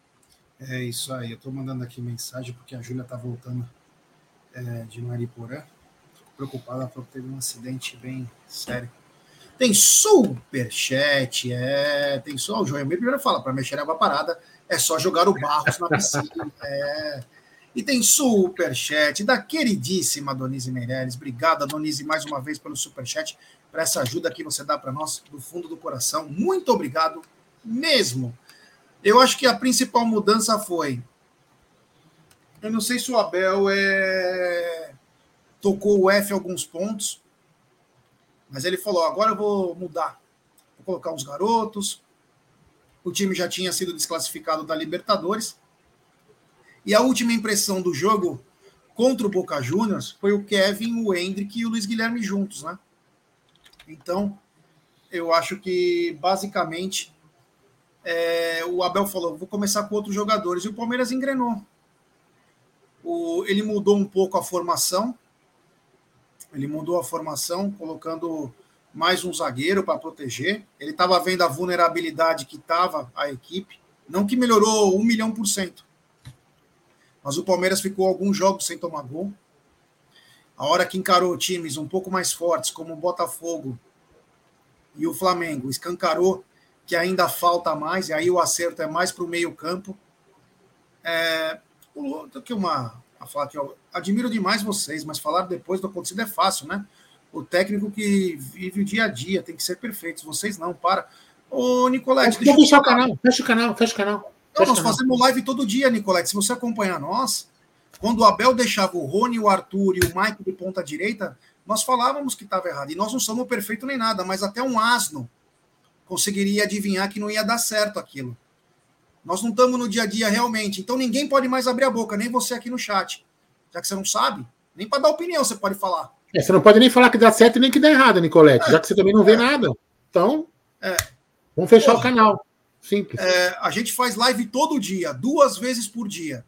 Speaker 2: É isso aí, eu estou mandando aqui mensagem porque a Júlia está voltando é, de Mariporã. Fico preocupada porque teve um acidente bem sério. Tem superchat, é, tem só o João primeiro fala, para mexer na água parada é só jogar o Barros na piscina. É. E tem superchat da queridíssima Donise Meirelles. Obrigada, Donise, mais uma vez pelo superchat, por essa ajuda que você dá para nós do fundo do coração. Muito obrigado mesmo. Eu acho que a principal mudança foi Eu não sei se o Abel é... tocou o F em alguns pontos, mas ele falou, agora eu vou mudar. Vou colocar uns garotos. O time já tinha sido desclassificado da Libertadores. E a última impressão do jogo contra o Boca Juniors foi o Kevin, o Hendrick e o Luiz Guilherme juntos, né? Então, eu acho que, basicamente, é, o Abel falou, vou começar com outros jogadores. E o Palmeiras engrenou. O, ele mudou um pouco a formação. Ele mudou a formação, colocando mais um zagueiro para proteger. Ele estava vendo a vulnerabilidade que estava a equipe. Não que melhorou um milhão por cento. Mas o Palmeiras ficou alguns jogos sem tomar gol. A hora que encarou times um pouco mais fortes, como o Botafogo e o Flamengo, escancarou que ainda falta mais, e aí o acerto é mais para o meio campo. É, que uma, a falar que eu admiro demais vocês, mas falar depois do acontecido é fácil, né? O técnico que vive o dia a dia tem que ser perfeito. Vocês não, para. Ô, Nicolete,
Speaker 1: deixa eu fechar o canal, fecha o canal, fecha o canal.
Speaker 2: Não, nós fazemos live todo dia, Nicolete. Se você acompanhar nós, quando o Abel deixava o Rony, o Arthur e o Mike de ponta direita, nós falávamos que estava errado. E nós não somos perfeitos nem nada, mas até um asno conseguiria adivinhar que não ia dar certo aquilo. Nós não estamos no dia a dia realmente. Então ninguém pode mais abrir a boca, nem você aqui no chat. Já que você não sabe, nem para dar opinião você pode falar.
Speaker 1: É, você não pode nem falar que dá certo nem que dá errado, Nicolete, é, já que você também não vê é. nada. Então,
Speaker 2: é.
Speaker 1: vamos fechar Porra. o canal. Simples.
Speaker 2: É, a gente faz live todo dia, duas vezes por dia.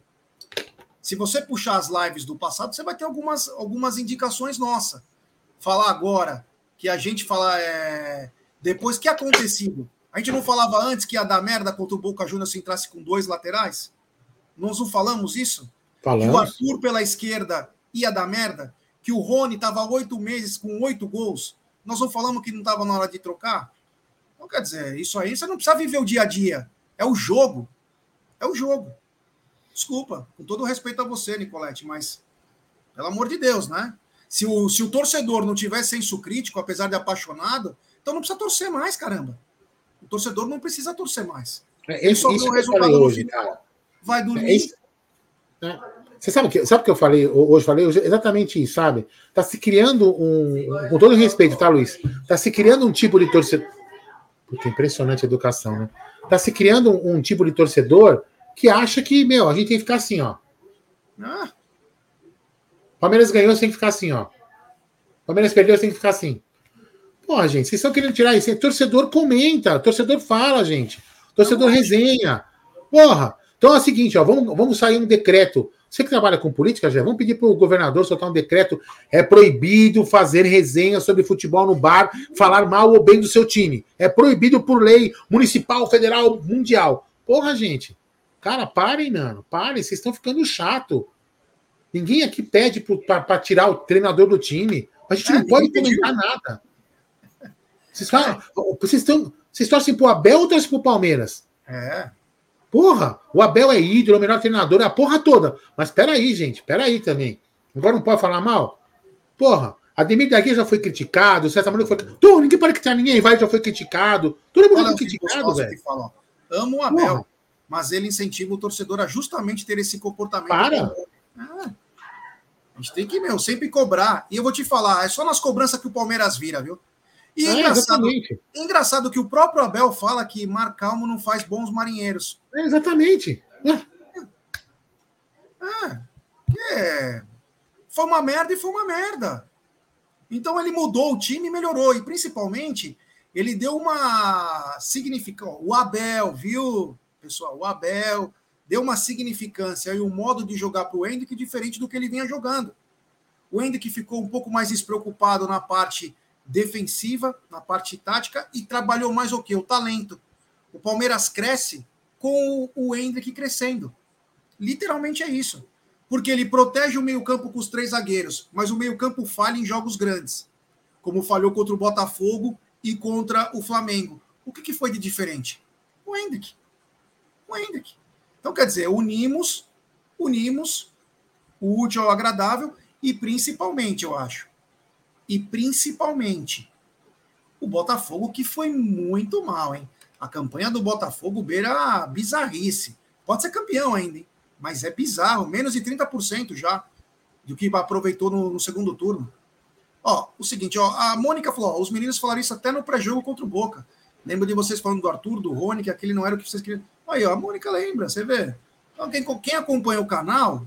Speaker 2: Se você puxar as lives do passado, você vai ter algumas, algumas indicações nossas. Falar agora, que a gente fala... É, depois que acontecido. A gente não falava antes que ia dar merda contra o Boca Juniors se entrasse com dois laterais? Nós não falamos isso?
Speaker 1: Falamos.
Speaker 2: Que o Arthur pela esquerda ia dar merda? Que o Rony estava oito meses com oito gols? Nós não falamos que não estava na hora de trocar? Então, quer dizer, isso aí você não precisa viver o dia a dia. É o jogo. É o jogo. Desculpa, com todo o respeito a você, Nicolete, mas, pelo amor de Deus, né? Se o, se o torcedor não tiver senso crítico, apesar de apaixonado, então não precisa torcer mais, caramba. O torcedor não precisa torcer mais.
Speaker 1: É, isso, isso o resultado no hoje, final, cara.
Speaker 2: Vai dormir.
Speaker 1: É isso, né? Você sabe o que, sabe que eu falei hoje? Falei exatamente isso, sabe? Tá se criando um. Com todo respeito, tá, Luiz? Tá se criando um tipo de torcedor. Puta, impressionante a educação, né? Tá se criando um, um tipo de torcedor que acha que, meu, a gente tem que ficar assim, ó.
Speaker 2: Ah.
Speaker 1: Palmeiras ganhou, você tem que ficar assim, ó. Palmeiras perdeu, você tem que ficar assim. Porra, gente, vocês estão querendo tirar isso. Torcedor comenta, torcedor fala, gente. Torcedor resenha. Porra. Então é o seguinte, ó, vamos, vamos sair um decreto. Você que trabalha com política, já vamos pedir para o governador soltar um decreto. É proibido fazer resenha sobre futebol no bar, falar mal ou bem do seu time. É proibido por lei municipal, federal, mundial. Porra, gente. Cara, parem, mano. Parem, vocês estão ficando chato. Ninguém aqui pede para tirar o treinador do time. A gente é, não pode comentar nada. Vocês, falam, vocês, estão, vocês torcem pro Abel ou torcem pro Palmeiras?
Speaker 2: É.
Speaker 1: Porra, o Abel é ídolo, é o melhor treinador, é a porra toda. Mas peraí, gente, peraí também. Agora não pode falar mal? Porra, Ademir da Guia já foi criticado, o César Manoel foi... Tô, ninguém pode criticar ninguém, vai, já foi criticado. Todo mundo foi criticado, velho.
Speaker 2: Amo o Abel, porra. Mas ele incentiva o torcedor a justamente ter esse comportamento.
Speaker 1: Para.
Speaker 2: Ah, a gente tem que, meu, sempre cobrar. E eu vou te falar, é só nas cobranças que o Palmeiras vira, viu? E é, engraçado, engraçado que o próprio Abel fala que mar calmo não faz bons marinheiros.
Speaker 1: É, exatamente.
Speaker 2: É. É. Foi uma merda e foi uma merda. Então ele mudou o time e melhorou. E principalmente, ele deu uma significância. O Abel, viu, pessoal? O Abel deu uma significância e um modo de jogar para o Hendrick diferente do que ele vinha jogando. O Hendrick ficou um pouco mais despreocupado na parte defensiva, na parte tática, e trabalhou mais o quê? O talento. O Palmeiras cresce com o Hendrick crescendo. Literalmente é isso. Porque ele protege o meio-campo com os três zagueiros, mas o meio-campo falha em jogos grandes, como falhou contra o Botafogo e contra o Flamengo. O que, que foi de diferente? O Hendrick. O Hendrick. Então, quer dizer, unimos, unimos o útil ao agradável e principalmente, eu acho, e principalmente o Botafogo, que foi muito mal, hein? A campanha do Botafogo beira bizarrice. Pode ser campeão ainda, hein? mas é bizarro, menos de trinta por cento já do que aproveitou no, no segundo turno. Ó, o seguinte, ó, a Mônica falou, ó, os meninos falaram isso até no pré-jogo contra o Boca. Lembro de vocês falando do Arthur, do Rony, que aquele não era o que vocês queriam. Aí, ó, a Mônica lembra, você vê. Então, quem, quem acompanha o canal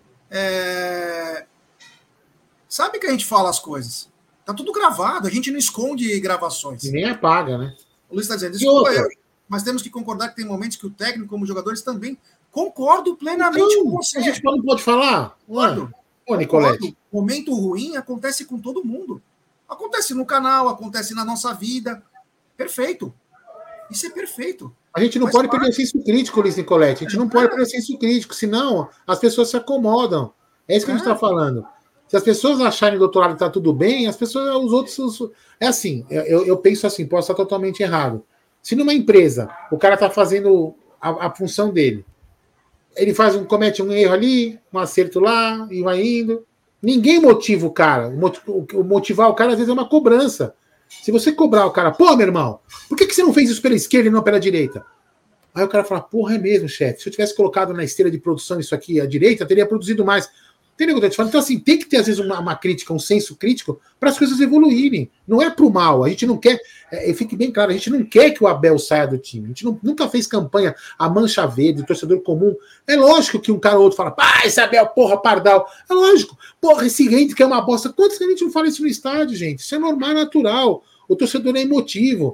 Speaker 2: é... sabe que a gente fala as coisas. Tá tudo gravado, a gente não esconde gravações.
Speaker 1: E nem apaga, né?
Speaker 2: O Luiz está dizendo, desculpa eu, mas temos que concordar que tem momentos que o técnico, como os jogadores, também concordo plenamente então, com você.
Speaker 1: A gente não pode falar?
Speaker 2: Concordo. Ô, Nicolete. Momento ruim acontece com todo mundo. Acontece no canal, acontece na nossa vida. Perfeito. Isso é perfeito.
Speaker 1: A gente não Mas pode parte... perder o senso crítico, Luiz Nicolete. A gente é, não pode perder o senso crítico, senão as pessoas se acomodam. É isso que é. a gente está falando. Se as pessoas acharem do outro lado que está tudo bem, as pessoas, os outros. Os... É assim, eu, eu penso assim, posso estar totalmente errado. Se numa empresa o cara está fazendo a, a função dele, ele faz um, comete um erro ali, um acerto lá, e vai indo. Ninguém motiva o cara. O motivar o cara, às vezes, é uma cobrança. Se você cobrar o cara, pô, meu irmão, por que, que você não fez isso pela esquerda e não pela direita? Aí o cara fala, porra, é mesmo, chefe. Se eu tivesse colocado na esteira de produção isso aqui à direita, teria produzido mais. Entendeu o que eu tô te falando? Então, assim, tem que ter, às vezes, uma, uma crítica, um senso crítico para as coisas evoluírem. Não é pro mal. A gente não quer, é, fique bem claro, a gente não quer que o Abel saia do time. A gente não, nunca fez campanha a mancha verde, o torcedor comum. É lógico que um cara ou outro fala, pá, esse Abel, porra, pardal. É lógico. Porra, esse rente que é uma bosta. Quantos que a gente não fala isso no estádio, gente? Isso é normal, natural. O torcedor é emotivo.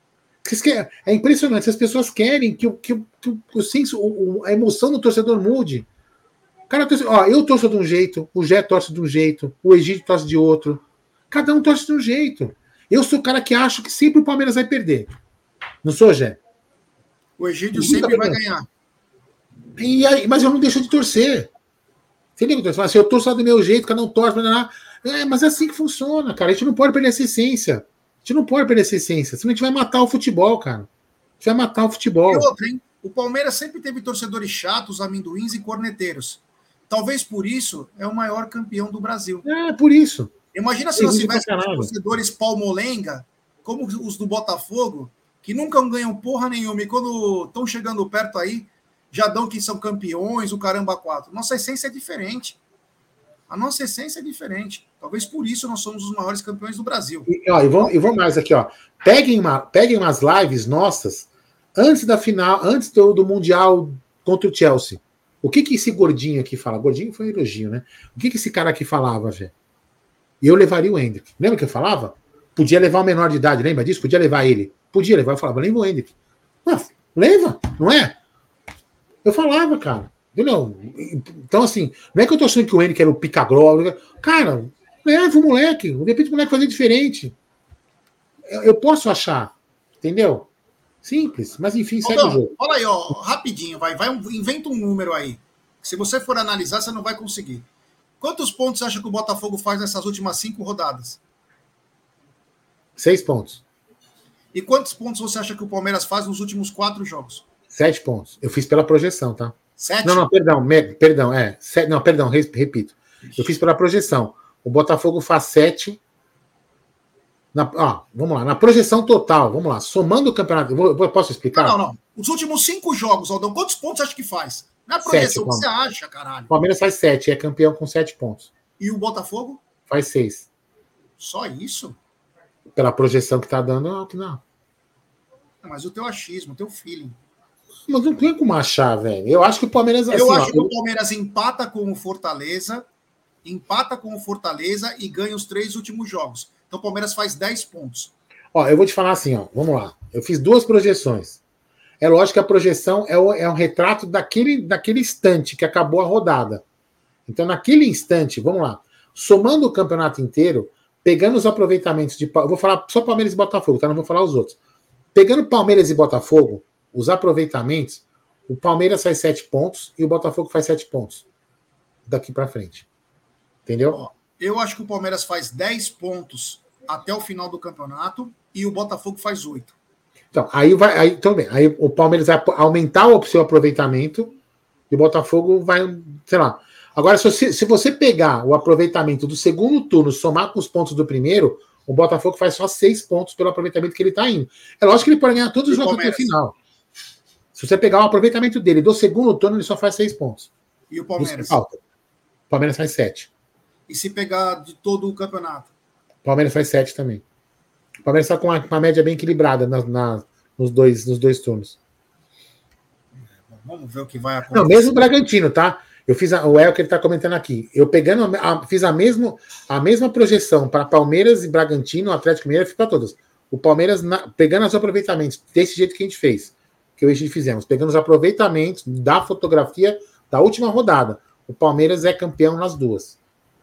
Speaker 1: É impressionante. As pessoas querem que, que, que o senso, a emoção do torcedor mude. Cara, ó, eu torço de um jeito, o Gé torce de um jeito, o Egídio torce de outro. Cada um torce de um jeito. Eu sou o cara que acho que sempre o Palmeiras vai perder. Não sou, Gé?
Speaker 2: O Egídio sempre vai ganhar.
Speaker 1: E aí, mas eu não deixo de torcer. Entendeu? Assim, eu torço do meu jeito, cada um torce. É, mas é assim que funciona, cara. A gente não pode perder essa essência. A gente não pode perder essa essência. Senão a gente vai matar o futebol, cara. A gente vai matar o futebol.
Speaker 2: E outra, hein? O Palmeiras sempre teve torcedores chatos, amendoins e corneteiros. Talvez por isso é o maior campeão do Brasil.
Speaker 1: É, por isso.
Speaker 2: Imagina se nós tivéssemos torcedores palmolenga, como os do Botafogo, que nunca ganham porra nenhuma, e quando estão chegando perto aí, já dão que são campeões, o caramba quatro. Nossa essência é diferente. A nossa essência é diferente. Talvez por isso nós somos os maiores campeões do Brasil.
Speaker 1: E, ó, e, vamos, e vamos mais aqui, ó. Peguem, uma, peguem umas lives nossas antes da final, antes do, do Mundial contra o Chelsea. O que que esse gordinho aqui fala? Gordinho foi um elogio, né? O que que esse cara aqui falava, Gê? E eu levaria o Hendrick. Lembra que eu falava? Podia levar o menor de idade, lembra disso? Podia levar ele. Podia levar. Eu falava, leva o Hendrick. Ah, leva, não é? Eu falava, cara. Entendeu? Então, assim, não é que eu tô achando que o Hendrick era o pica-grossa. Cara, leva o moleque. De repente o moleque fazer diferente. Eu, eu posso achar. Entendeu? Simples, mas enfim, segue o jogo.
Speaker 2: Olha aí, ó, rapidinho, vai, vai um, inventa um número aí. Se você for analisar, você não vai conseguir. Quantos pontos você acha que o Botafogo faz nessas últimas cinco rodadas?
Speaker 1: Seis pontos.
Speaker 2: E quantos pontos você acha que o Palmeiras faz nos últimos quatro jogos?
Speaker 1: Sete pontos. Eu fiz pela projeção, tá?
Speaker 2: Sete?
Speaker 1: Não, não, perdão, me, perdão, é. Sete, não, perdão, repito. Eu fiz pela projeção. O Botafogo faz sete. Na, ó, vamos lá, na projeção total, vamos lá, somando o campeonato, vou, vou, posso explicar?
Speaker 2: Não, não, não. Os últimos cinco jogos, Aldão, quantos pontos você acha que faz? Na projeção, sete, você acha, caralho?
Speaker 1: O Palmeiras faz sete, é campeão com sete pontos.
Speaker 2: E o Botafogo?
Speaker 1: Faz seis.
Speaker 2: Só isso?
Speaker 1: Pela projeção que tá dando, não, que não.
Speaker 2: Mas o teu achismo, o teu feeling.
Speaker 1: Mas não tem como achar, velho. Eu acho que o Palmeiras...
Speaker 2: Eu
Speaker 1: assim,
Speaker 2: acho
Speaker 1: ó,
Speaker 2: que o Palmeiras empata com o Fortaleza, empata com o Fortaleza e ganha os três últimos jogos. Então o Palmeiras faz dez pontos.
Speaker 1: Ó, eu vou te falar assim, ó, vamos lá. Eu fiz duas projeções. É lógico que a projeção é, o, é um retrato daquele, daquele instante que acabou a rodada. Então, naquele instante, vamos lá, somando o campeonato inteiro, pegando os aproveitamentos de... Eu vou falar só Palmeiras e Botafogo, tá? Não vou falar os outros. Pegando Palmeiras e Botafogo, os aproveitamentos, o Palmeiras faz sete pontos e o Botafogo faz sete pontos. Daqui pra frente. Entendeu?
Speaker 2: Ó, eu acho que o Palmeiras faz dez pontos até o final do campeonato e o Botafogo faz oito.
Speaker 1: Então, aí vai. Aí, então bem, aí o Palmeiras vai aumentar o seu aproveitamento e o Botafogo vai, sei lá. Agora, se você, se você pegar o aproveitamento do segundo turno, somar com os pontos do primeiro, o Botafogo faz só seis pontos pelo aproveitamento que ele está indo. É lógico que ele pode ganhar todos os jogos até o final. Se você pegar o aproveitamento dele do segundo turno, ele só faz seis pontos.
Speaker 2: E o Palmeiras?
Speaker 1: Falta. O Palmeiras faz sete.
Speaker 2: E se pegar de todo o campeonato?
Speaker 1: O Palmeiras faz sete também. O Palmeiras está com uma, uma média bem equilibrada na, na, nos, dois, nos dois turnos.
Speaker 2: Vamos ver o que vai acontecer.
Speaker 1: Não, mesmo o Bragantino, tá? Eu fiz a, o El que ele está comentando aqui. Eu pegando, a, fiz a, mesmo, a mesma projeção para Palmeiras e Bragantino, Atlético Mineiro, fica todas. O Palmeiras, na, pegando os aproveitamentos, desse jeito que a gente fez, que hoje fizemos, pegando os aproveitamentos da fotografia da última rodada. O Palmeiras é campeão nas duas.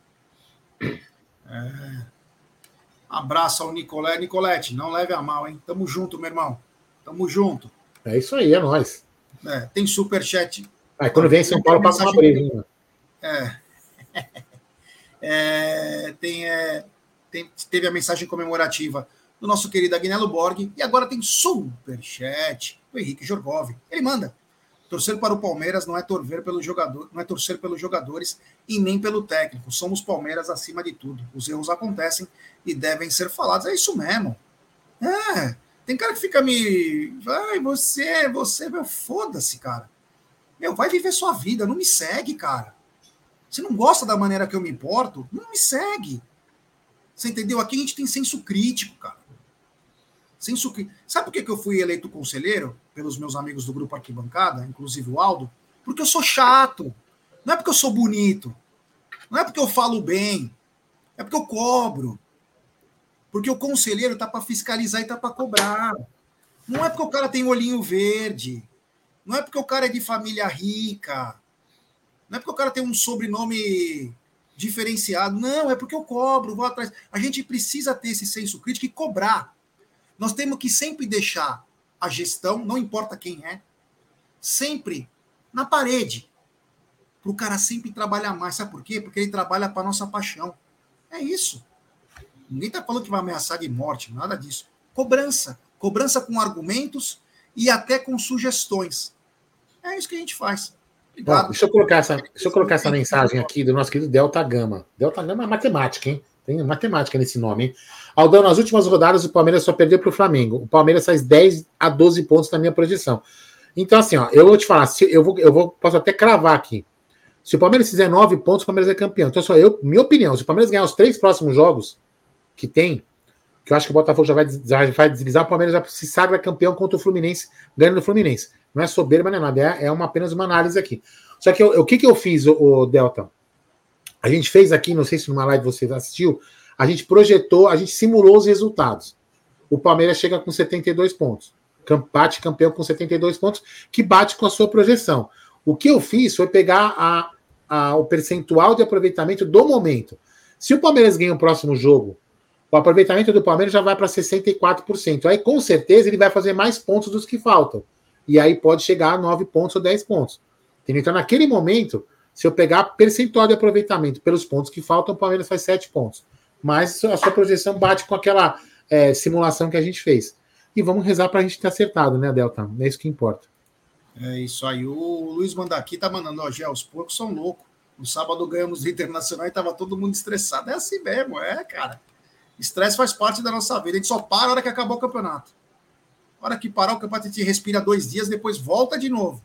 Speaker 2: É... Abraço ao Nicolé. Nicolete, não leve a mal, hein? Tamo junto, meu irmão. Tamo junto.
Speaker 1: É isso aí, é nóis.
Speaker 2: É, tem superchat.
Speaker 1: Aí, quando vem em São Paulo, passa uma breja.
Speaker 2: É. é, tem, é, tem, teve a mensagem comemorativa do nosso querido Agnello Borg. E agora tem superchat do Henrique Jorgov. Ele manda. Torcer para o Palmeiras não é torcer pelo jogador, não é torcer pelos jogadores e nem pelo técnico. Somos Palmeiras acima de tudo. Os erros acontecem e devem ser falados. É isso mesmo. É. Tem cara que fica me... Vai, você, você... Meu, foda-se, cara. Meu, vai viver sua vida. Não me segue, cara. Você não gosta da maneira que eu me importo? Não me segue. Você entendeu? Aqui a gente tem senso crítico, cara. Senso crítico. Sabe por que eu fui eleito conselheiro? Pelos meus amigos do Grupo Arquibancada, inclusive o Aldo? Porque eu sou chato. Não é porque eu sou bonito. Não é porque eu falo bem. É porque eu cobro. Porque o conselheiro tá para fiscalizar e tá para cobrar. Não é porque o cara tem olhinho verde. Não é porque o cara é de família rica. Não é porque o cara tem um sobrenome diferenciado. Não, é porque eu cobro, vou atrás. A gente precisa ter esse senso crítico e cobrar. Nós temos que sempre deixar a gestão, não importa quem é, sempre na parede. Para o cara sempre trabalhar mais. Sabe por quê? Porque ele trabalha para nossa paixão. É isso. Ninguém está falando que vai ameaçar de morte, nada disso. Cobrança. Cobrança com argumentos e até com sugestões. É isso que a gente faz. Obrigado.
Speaker 1: Bom, deixa eu colocar essa, deixa eu colocar essa mensagem aqui do nosso querido Delta Gama. Delta Gama é matemática, hein? Tem matemática nesse nome, hein? Aldão, nas últimas rodadas o Palmeiras só perdeu para o Flamengo. O Palmeiras faz dez a doze pontos na minha projeção. Então, assim, ó, eu vou te falar, se eu, vou, eu vou, posso até cravar aqui. Se o Palmeiras fizer nove pontos, o Palmeiras é campeão. Então, só eu, minha opinião, se o Palmeiras ganhar os três próximos jogos que tem, que eu acho que o Botafogo já vai, já vai deslizar, o Palmeiras já se sagra campeão contra o Fluminense, ganhando do Fluminense. Não é soberba, não é nada, é, é uma, apenas uma análise aqui. Só que eu, o que, que eu fiz, o, o Delta? A gente fez aqui, não sei se numa live você assistiu, a gente projetou, a gente simulou os resultados. O Palmeiras chega com setenta e dois pontos. Bate campeão com setenta e dois pontos, que bate com a sua projeção. O que eu fiz foi pegar a, a, o percentual de aproveitamento do momento. Se o Palmeiras ganha o próximo jogo, o aproveitamento do Palmeiras já vai para sessenta e quatro por cento. Aí, com certeza, ele vai fazer mais pontos dos que faltam. E aí pode chegar a nove pontos ou dez pontos. Entendeu? Então, naquele momento, se eu pegar percentual de aproveitamento pelos pontos que faltam, o Palmeiras faz sete pontos. Mas a sua projeção bate com aquela é, simulação que a gente fez. E vamos rezar para a gente ter acertado, né, Delta? É isso que importa.
Speaker 2: É isso aí. O Luiz Mandaqui tá mandando, ó, Gé, os porcos são loucos. No sábado ganhamos o Internacional e tava todo mundo estressado. É assim mesmo, é, cara. Estresse faz parte da nossa vida. A gente só para na hora que acabou o campeonato. Na hora que parar o campeonato, a gente respira dois dias, depois volta de novo.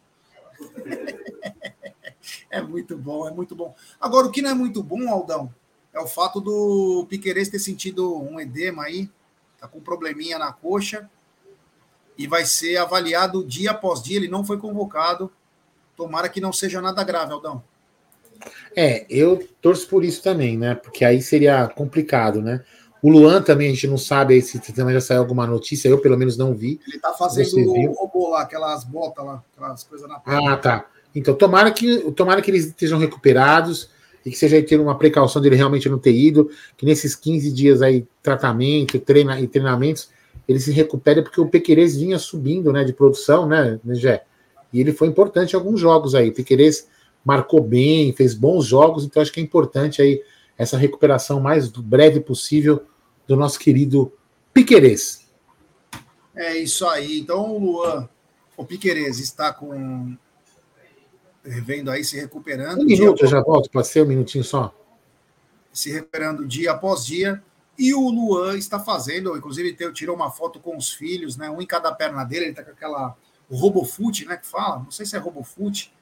Speaker 2: É muito bom, é muito bom. Agora, o que não é muito bom, Aldão, é o fato do Piquerez ter sentido um edema aí, tá com um probleminha na coxa, e vai ser avaliado dia após dia. Ele não foi convocado. Tomara que não seja nada grave, Aldão.
Speaker 1: É, eu torço por isso também, né? Porque aí seria complicado, né? O Luan também, a gente não sabe se também já saiu alguma notícia, eu pelo menos não vi.
Speaker 2: Ele tá fazendo o robô lá, aquelas botas lá, aquelas coisas na perna.
Speaker 1: Ah, tá. Então, tomara que, tomara que eles estejam recuperados e que seja ter uma precaução dele realmente não ter ido, que nesses quinze dias aí, tratamento treina, e treinamentos, ele se recupere, porque o Piquerez vinha subindo, né, de produção, né, Gé? E ele foi importante em alguns jogos aí. O Piquerez marcou bem, fez bons jogos, então acho que é importante aí essa recuperação mais breve possível do nosso querido Piquerez.
Speaker 2: É isso aí. Então o Luan, o Piquerez está com... vendo aí, se recuperando.
Speaker 1: Um minuto, eu já volto, pode ser um minutinho só?
Speaker 2: Se recuperando dia após dia. E o Luan está fazendo, inclusive ele tirou uma foto com os filhos, né? Um em cada perna dele, ele está com aquela RoboFoot, né? Que fala, não sei se é RoboFoot,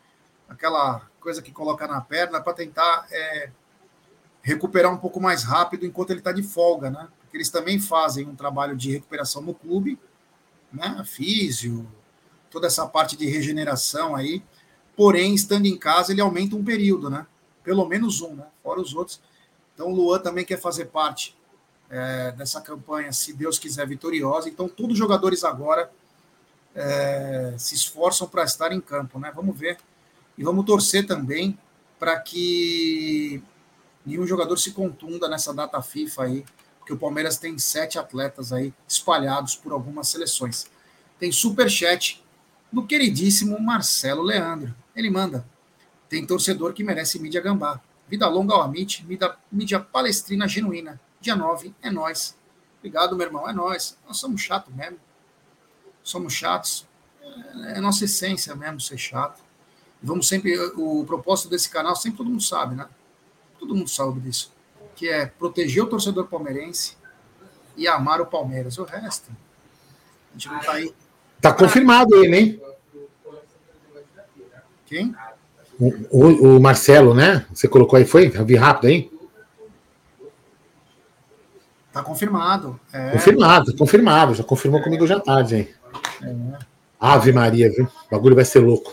Speaker 2: aquela coisa que coloca na perna para tentar é, recuperar um pouco mais rápido enquanto ele está de folga, né? Porque eles também fazem um trabalho de recuperação no clube, né? Físio, toda essa parte de regeneração aí. Porém, estando em casa, ele aumenta um período, né? Pelo menos um, né? Fora os outros. Então, o Luan também quer fazer parte é, dessa campanha, se Deus quiser, vitoriosa. Então, todos os jogadores agora é, se esforçam para estar em campo, né? Vamos ver. E vamos torcer também para que nenhum jogador se contunda nessa data FIFA aí, porque o Palmeiras tem sete atletas aí espalhados por algumas seleções. Tem superchat do queridíssimo Marcelo Leandro. Ele manda: tem torcedor que merece mídia gambá. Vida longa ao Amit, mídia, mídia palestrina genuína. Dia nove, é nóis. Obrigado, meu irmão, é nóis. Nós somos chatos mesmo. Somos chatos. É, é nossa essência mesmo ser chato. Vamos sempre, o propósito desse canal, sempre todo mundo sabe, né? Todo mundo sabe disso. Que é proteger o torcedor palmeirense e amar o Palmeiras. O resto, a gente não tá aí.
Speaker 1: Tá confirmado ele, hein?
Speaker 2: Quem?
Speaker 1: O, o, o Marcelo, né? Você colocou aí, foi? Eu vi rápido aí.
Speaker 2: Tá confirmado. É.
Speaker 1: Confirmado, confirmado. Já confirmou comigo já tarde, hein?
Speaker 2: É.
Speaker 1: Ave Maria, viu? O bagulho vai ser louco.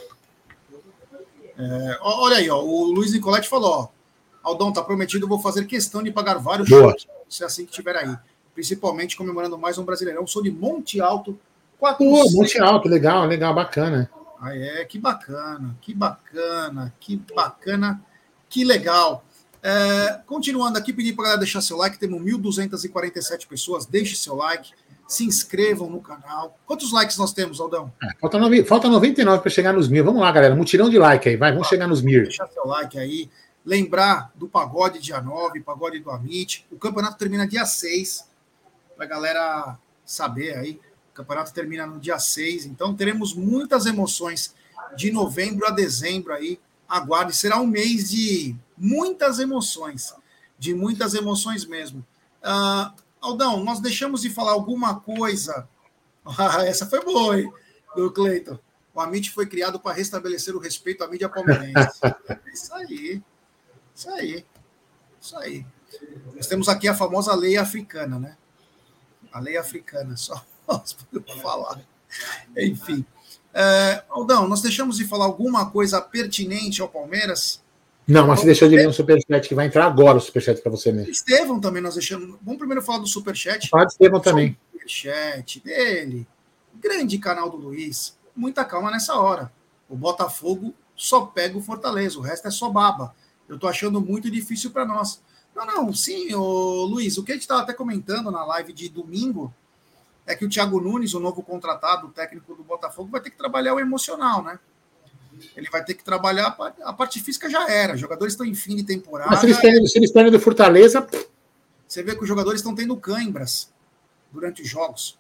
Speaker 2: É, olha aí, ó, o Luiz Nicoletti falou, ó, Aldão, tá prometido, eu vou fazer questão de pagar vários shows, se é assim que tiver aí. Principalmente comemorando mais um Brasileirão. Sou de Monte Alto.
Speaker 1: quatrocentos... Pô, Monte Alto, legal, legal, bacana.
Speaker 2: Ah, é, que bacana, que bacana, que bacana, que legal. É, continuando aqui, pedir para galera deixar seu like, temos mil duzentas e quarenta e sete pessoas, deixe seu like, se inscrevam no canal. Quantos likes nós temos, Aldão?
Speaker 1: É, falta, nove, falta noventa e nove para chegar nos mil. Vamos lá, galera. Mutirão de like aí. Vai, vamos ah, chegar nos mil.
Speaker 2: Deixar seu like aí. Lembrar do pagode dia nove, pagode do Amit. O campeonato termina dia seis. Para a galera saber aí. O campeonato termina no dia seis. Então teremos muitas emoções de novembro a dezembro aí. Aguarde. Será um mês de muitas emoções. De muitas emoções mesmo. Ah, Aldão, nós deixamos de falar alguma coisa. Ah, essa foi boa, hein, do Cleiton. O Amit foi criado para restabelecer o respeito à mídia palmeirense. Isso aí. Isso aí. Isso aí. Nós temos aqui a famosa lei africana, né? A lei africana, só nós podemos falar. Enfim. É, Aldão, nós deixamos de falar alguma coisa pertinente ao Palmeiras?
Speaker 1: Não, mas você deixou de ler um superchat que vai entrar agora o superchat para você mesmo.
Speaker 2: Estevão também nós deixamos. Vamos primeiro falar do superchat.
Speaker 1: Fala de Estevão também.
Speaker 2: Superchat dele. Grande canal do Luiz. Muita calma nessa hora. O Botafogo só pega o Fortaleza, o resto é só baba. Eu tô achando muito difícil para nós. Não, não, sim, ô, Luiz, o que a gente estava até comentando na live de domingo é que o Thiago Nunes, o novo contratado, o técnico do Botafogo, vai ter que trabalhar o emocional, né? Ele vai ter que trabalhar a parte, a parte física já era. Os jogadores estão em fim de temporada.
Speaker 1: Mas se eles estão, se eles estão indo do Fortaleza...
Speaker 2: Você vê que os jogadores estão tendo cãibras durante os jogos.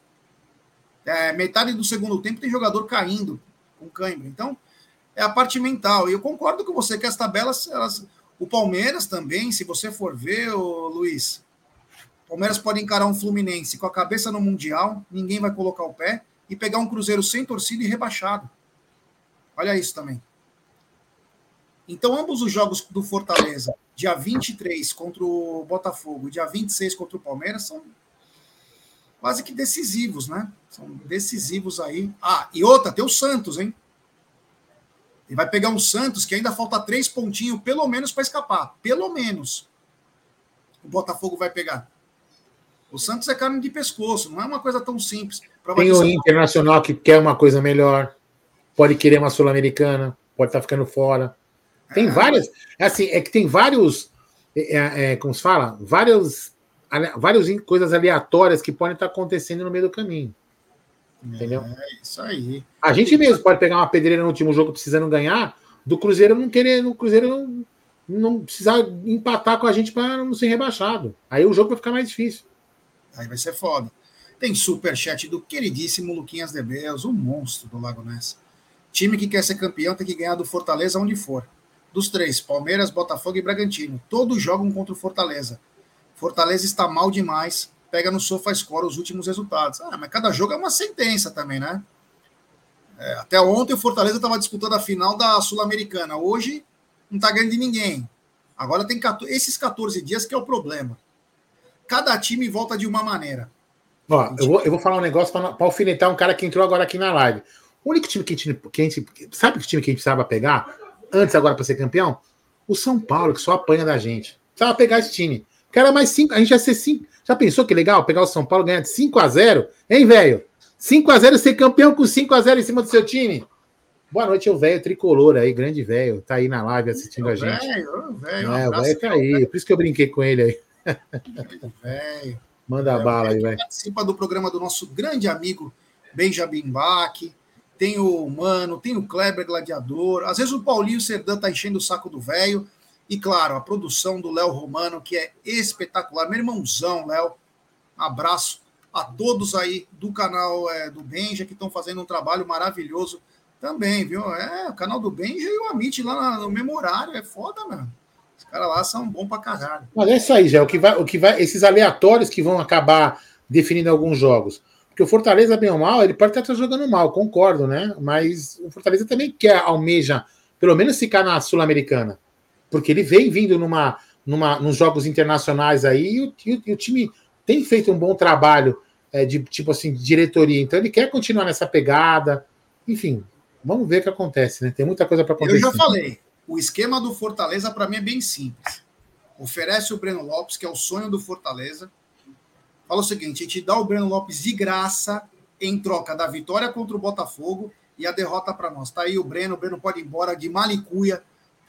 Speaker 2: É, metade do segundo tempo tem jogador caindo com cãibra. Então, é a parte mental. E eu concordo com você que as tabelas... Elas, o Palmeiras também, se você for ver, ô, Luiz, o Palmeiras pode encarar um Fluminense com a cabeça no Mundial, ninguém vai colocar o pé, e pegar um Cruzeiro sem torcida e rebaixado. Olha isso também. Então, ambos os jogos do Fortaleza, dia vinte e três contra o Botafogo, dia vinte e seis contra o Palmeiras, são quase que decisivos, né? São decisivos aí. Ah, e outra, tem o Santos, hein? Ele vai pegar um Santos que ainda falta três pontinhos, pelo menos, para escapar. Pelo menos. O Botafogo vai pegar. O Santos é carne de pescoço, não é uma coisa tão simples.
Speaker 1: Tem o Internacional que quer uma coisa melhor, pode querer uma Sul-Americana, pode estar ficando fora. Tem é, várias. Assim, é que tem vários. É, é, como se fala? Vários, várias coisas aleatórias que podem estar acontecendo no meio do caminho. Entendeu?
Speaker 2: É isso aí.
Speaker 1: A gente mesmo pode pegar uma pedreira no último jogo precisando ganhar, do Cruzeiro não querer, no Cruzeiro não, não precisar empatar com a gente para não ser rebaixado. Aí o jogo vai ficar mais difícil.
Speaker 2: Aí vai ser foda. Tem superchat do queridíssimo Luquinhas de Beus, o monstro do Lago Ness. Time que quer ser campeão tem que ganhar do Fortaleza onde for. Dos três, Palmeiras, Botafogo e Bragantino. Todos jogam contra o Fortaleza. Fortaleza está mal demais. Pega no SofaScore os últimos resultados. Ah, mas cada jogo é uma sentença também, né? É, até ontem o Fortaleza estava disputando a final da Sul-Americana. Hoje não está ganhando de ninguém. Agora tem quatorze, esses quatorze dias que é o problema. Cada time volta de uma maneira.
Speaker 1: Ó, eu vou, eu vou falar um negócio para alfinetar um cara que entrou agora aqui na live. O único time que a gente, que a gente sabe que time que a gente precisava pegar antes agora para ser campeão? O São Paulo, que só apanha da gente. Precisava pegar esse time. Que era mais cinco, a gente ia ser cinco. Já pensou que legal pegar o São Paulo e ganhar de cinco a zero? Hein, velho? cinco a zero, ser campeão com cinco a zero em cima do seu time. Boa noite, o velho tricolor aí, grande velho. Tá aí na live assistindo a gente.
Speaker 2: Velho, velho.
Speaker 1: É, o velho tá aí. Por isso que eu brinquei com ele aí.
Speaker 2: Velho.
Speaker 1: Manda a bala aí, velho.
Speaker 2: Participa do programa do nosso grande amigo Benjamin Bach. Tem o Mano, tem o Kleber Gladiador. Às vezes o Paulinho Serdã tá enchendo o saco do velho. E, claro, a produção do Léo Romano, que é espetacular. Meu irmãozão, Léo. Um abraço a todos aí do canal é, do Benja, que estão fazendo um trabalho maravilhoso também, viu? É, o canal do Benja e o Amit lá no mesmo horário. É foda, mano. Os caras lá são bons pra caralho.
Speaker 1: Mas é isso aí, já. O que vai, o que vai, esses aleatórios que vão acabar definindo alguns jogos. Porque o Fortaleza, bem ou mal, ele pode estar jogando mal, concordo, né? Mas o Fortaleza também quer, almeja, pelo menos ficar na Sul-Americana. Porque ele vem vindo numa, numa, nos jogos internacionais aí e o, e, e o time tem feito um bom trabalho é, de tipo assim, de diretoria. Então ele quer continuar nessa pegada. Enfim, vamos ver o que acontece, né? Tem muita coisa para acontecer.
Speaker 2: Eu já falei, o esquema do Fortaleza para mim é bem simples. Oferece o Breno Lopes, que é o sonho do Fortaleza. Fala o seguinte, a gente dá o Breno Lopes de graça em troca da vitória contra o Botafogo e a derrota para nós. Tá aí o Breno, o Breno pode ir embora de Malicuia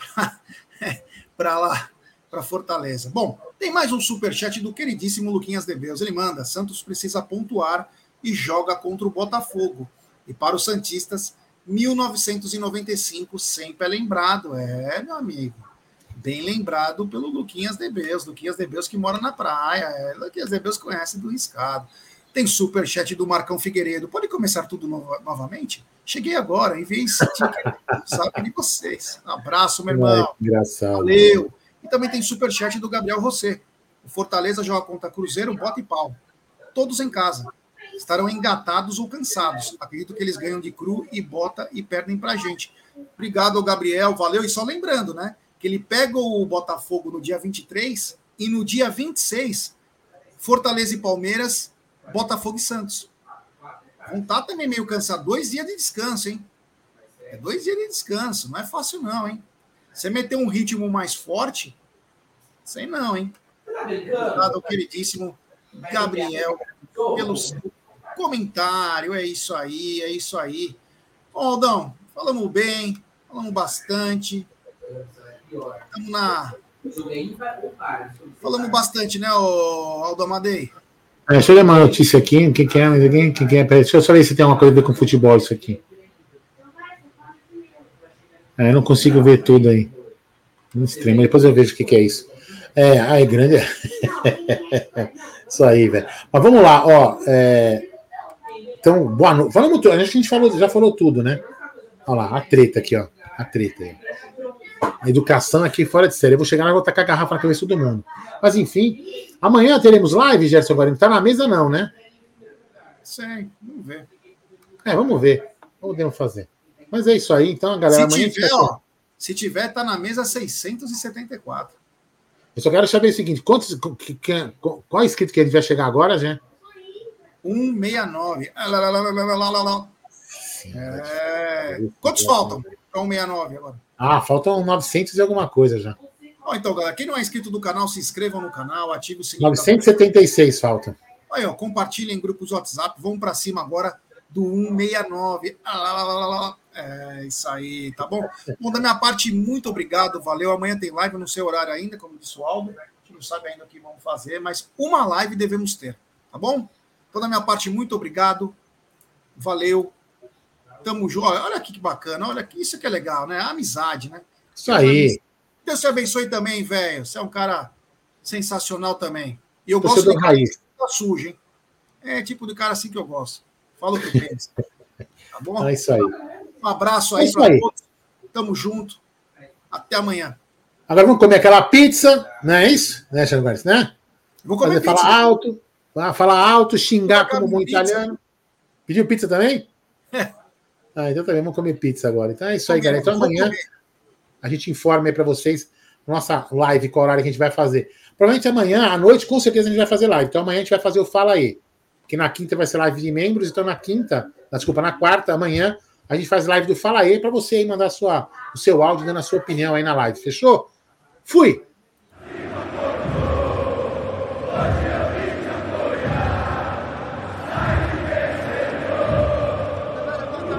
Speaker 2: para lá, para Fortaleza. Bom, tem mais um superchat do queridíssimo Luquinhas de Beus. Ele manda, Santos precisa pontuar e joga contra o Botafogo. E para os santistas, mil novecentos e noventa e cinco sempre é lembrado. É, meu amigo. Bem lembrado pelo Luquinhas de Beus. Luquinhas de Beus que mora na praia. É, Luquinhas de Beus conhece do riscado. Tem superchat do Marcão Figueiredo. Pode começar tudo no, novamente? Cheguei agora, enviei esse ticket. Sabe de vocês. Um abraço, meu irmão.
Speaker 1: Ai, engraçado.
Speaker 2: Valeu. E também tem superchat do Gabriel Rosset. O Fortaleza joga contra Cruzeiro, bota e pau. Todos em casa. Estarão engatados ou cansados. Acredito que eles ganham de cru e bota e perdem pra gente. Obrigado, Gabriel. Valeu. E só lembrando, né? Que ele pega o Botafogo no dia vinte e três e no dia vinte e seis, Fortaleza e Palmeiras, Botafogo e Santos. Vão estar também meio cansados. Dois dias de descanso, hein? É dois dias de descanso. Não é fácil, não, hein? Você meter um ritmo mais forte, sei não, hein? Obrigado ao queridíssimo Gabriel pelo seu comentário. É isso aí, é isso aí. Bom, Aldão, falamos bem, falamos bastante. Estamos na... Falamos bastante, né, Aldo Amadei?
Speaker 1: É, deixa eu ler uma notícia aqui. Quem que é? Quem, quem que é? Deixa eu só ver se tem uma coisa a ver com futebol isso aqui. É, eu não consigo ver tudo aí. Extremo. Depois eu vejo o que, que é isso. É, ai, grande. Isso aí, velho. Mas vamos lá, ó. É... Então, boa noite. Falamos tudo. A gente falou, já falou tudo, né? Olha lá, a treta aqui, ó. A treta aí. A educação aqui fora de série. Eu vou chegar lá e vou tacar a garrafa na cabeça de todo mundo. Mas enfim, amanhã teremos live, Gerson Guarino. Tá na mesa, não, né?
Speaker 2: Sim, vamos ver.
Speaker 1: É, vamos ver. Podemos fazer. Mas é isso aí, então, galera.
Speaker 2: Se
Speaker 1: amanhã
Speaker 2: tiver, ó, se tiver, tá na mesa seiscentos e setenta e quatro.
Speaker 1: Eu só quero saber o seguinte: quantos, que, que, qual é inscrito que a gente vai chegar agora, já?
Speaker 2: cento e sessenta e nove. Ah, lá, lá, lá, lá, lá, lá, lá. É... Quantos faltam para cento e sessenta e nove agora?
Speaker 1: Ah, faltam novecentos e alguma coisa já.
Speaker 2: Ó, então, galera, quem não é inscrito do canal, se inscrevam no canal, ative o sininho.
Speaker 1: novecentos e setenta e seis falta.
Speaker 2: Aí, ó, compartilhem em grupos WhatsApp, vamos para cima agora do cento e sessenta e nove. Ah, lá, lá, lá, lá. É isso aí, tá bom? Bom, da minha parte, muito obrigado, valeu. Amanhã tem live, no seu horário ainda, como disse o Aldo. A gente não sabe ainda o que vamos fazer, mas uma live devemos ter, tá bom? Então, da minha parte, muito obrigado. Valeu. Tamo junto. Olha aqui que bacana, olha aqui, isso que é legal, né? A amizade, né?
Speaker 1: Isso aí.
Speaker 2: Deus te abençoe também, velho. Você é um cara sensacional também. E eu
Speaker 1: Você
Speaker 2: gosto
Speaker 1: do
Speaker 2: de
Speaker 1: raiz.
Speaker 2: cara que tá sujo, hein? É tipo de cara assim que eu gosto. Fala o que pensa. Tá bom?
Speaker 1: É isso aí.
Speaker 2: Um abraço aí
Speaker 1: é
Speaker 2: para todos. Tamo junto. Até amanhã.
Speaker 1: Agora vamos comer aquela pizza, não é isso? Né, Thiago Guarino, né?
Speaker 2: Vou comer
Speaker 1: Fazer,
Speaker 2: pizza.
Speaker 1: falar alto, falar alto, xingar
Speaker 2: Vou
Speaker 1: como bom
Speaker 2: pizza.
Speaker 1: italiano. Pediu pizza também?
Speaker 2: É.
Speaker 1: Ah, então também vamos comer pizza agora. Então é isso aí, galera. Então amanhã a gente informa aí para vocês nossa live, qual horário que a gente vai fazer. Provavelmente amanhã, à noite, com certeza a gente vai fazer live. Então amanhã a gente vai fazer o Fala Aí. Que na quinta vai ser live de membros, então na quinta, desculpa, na quarta, amanhã, a gente faz live do Fala Aí para você aí mandar sua, o seu áudio, dando a sua opinião aí na live. Fechou? Fui!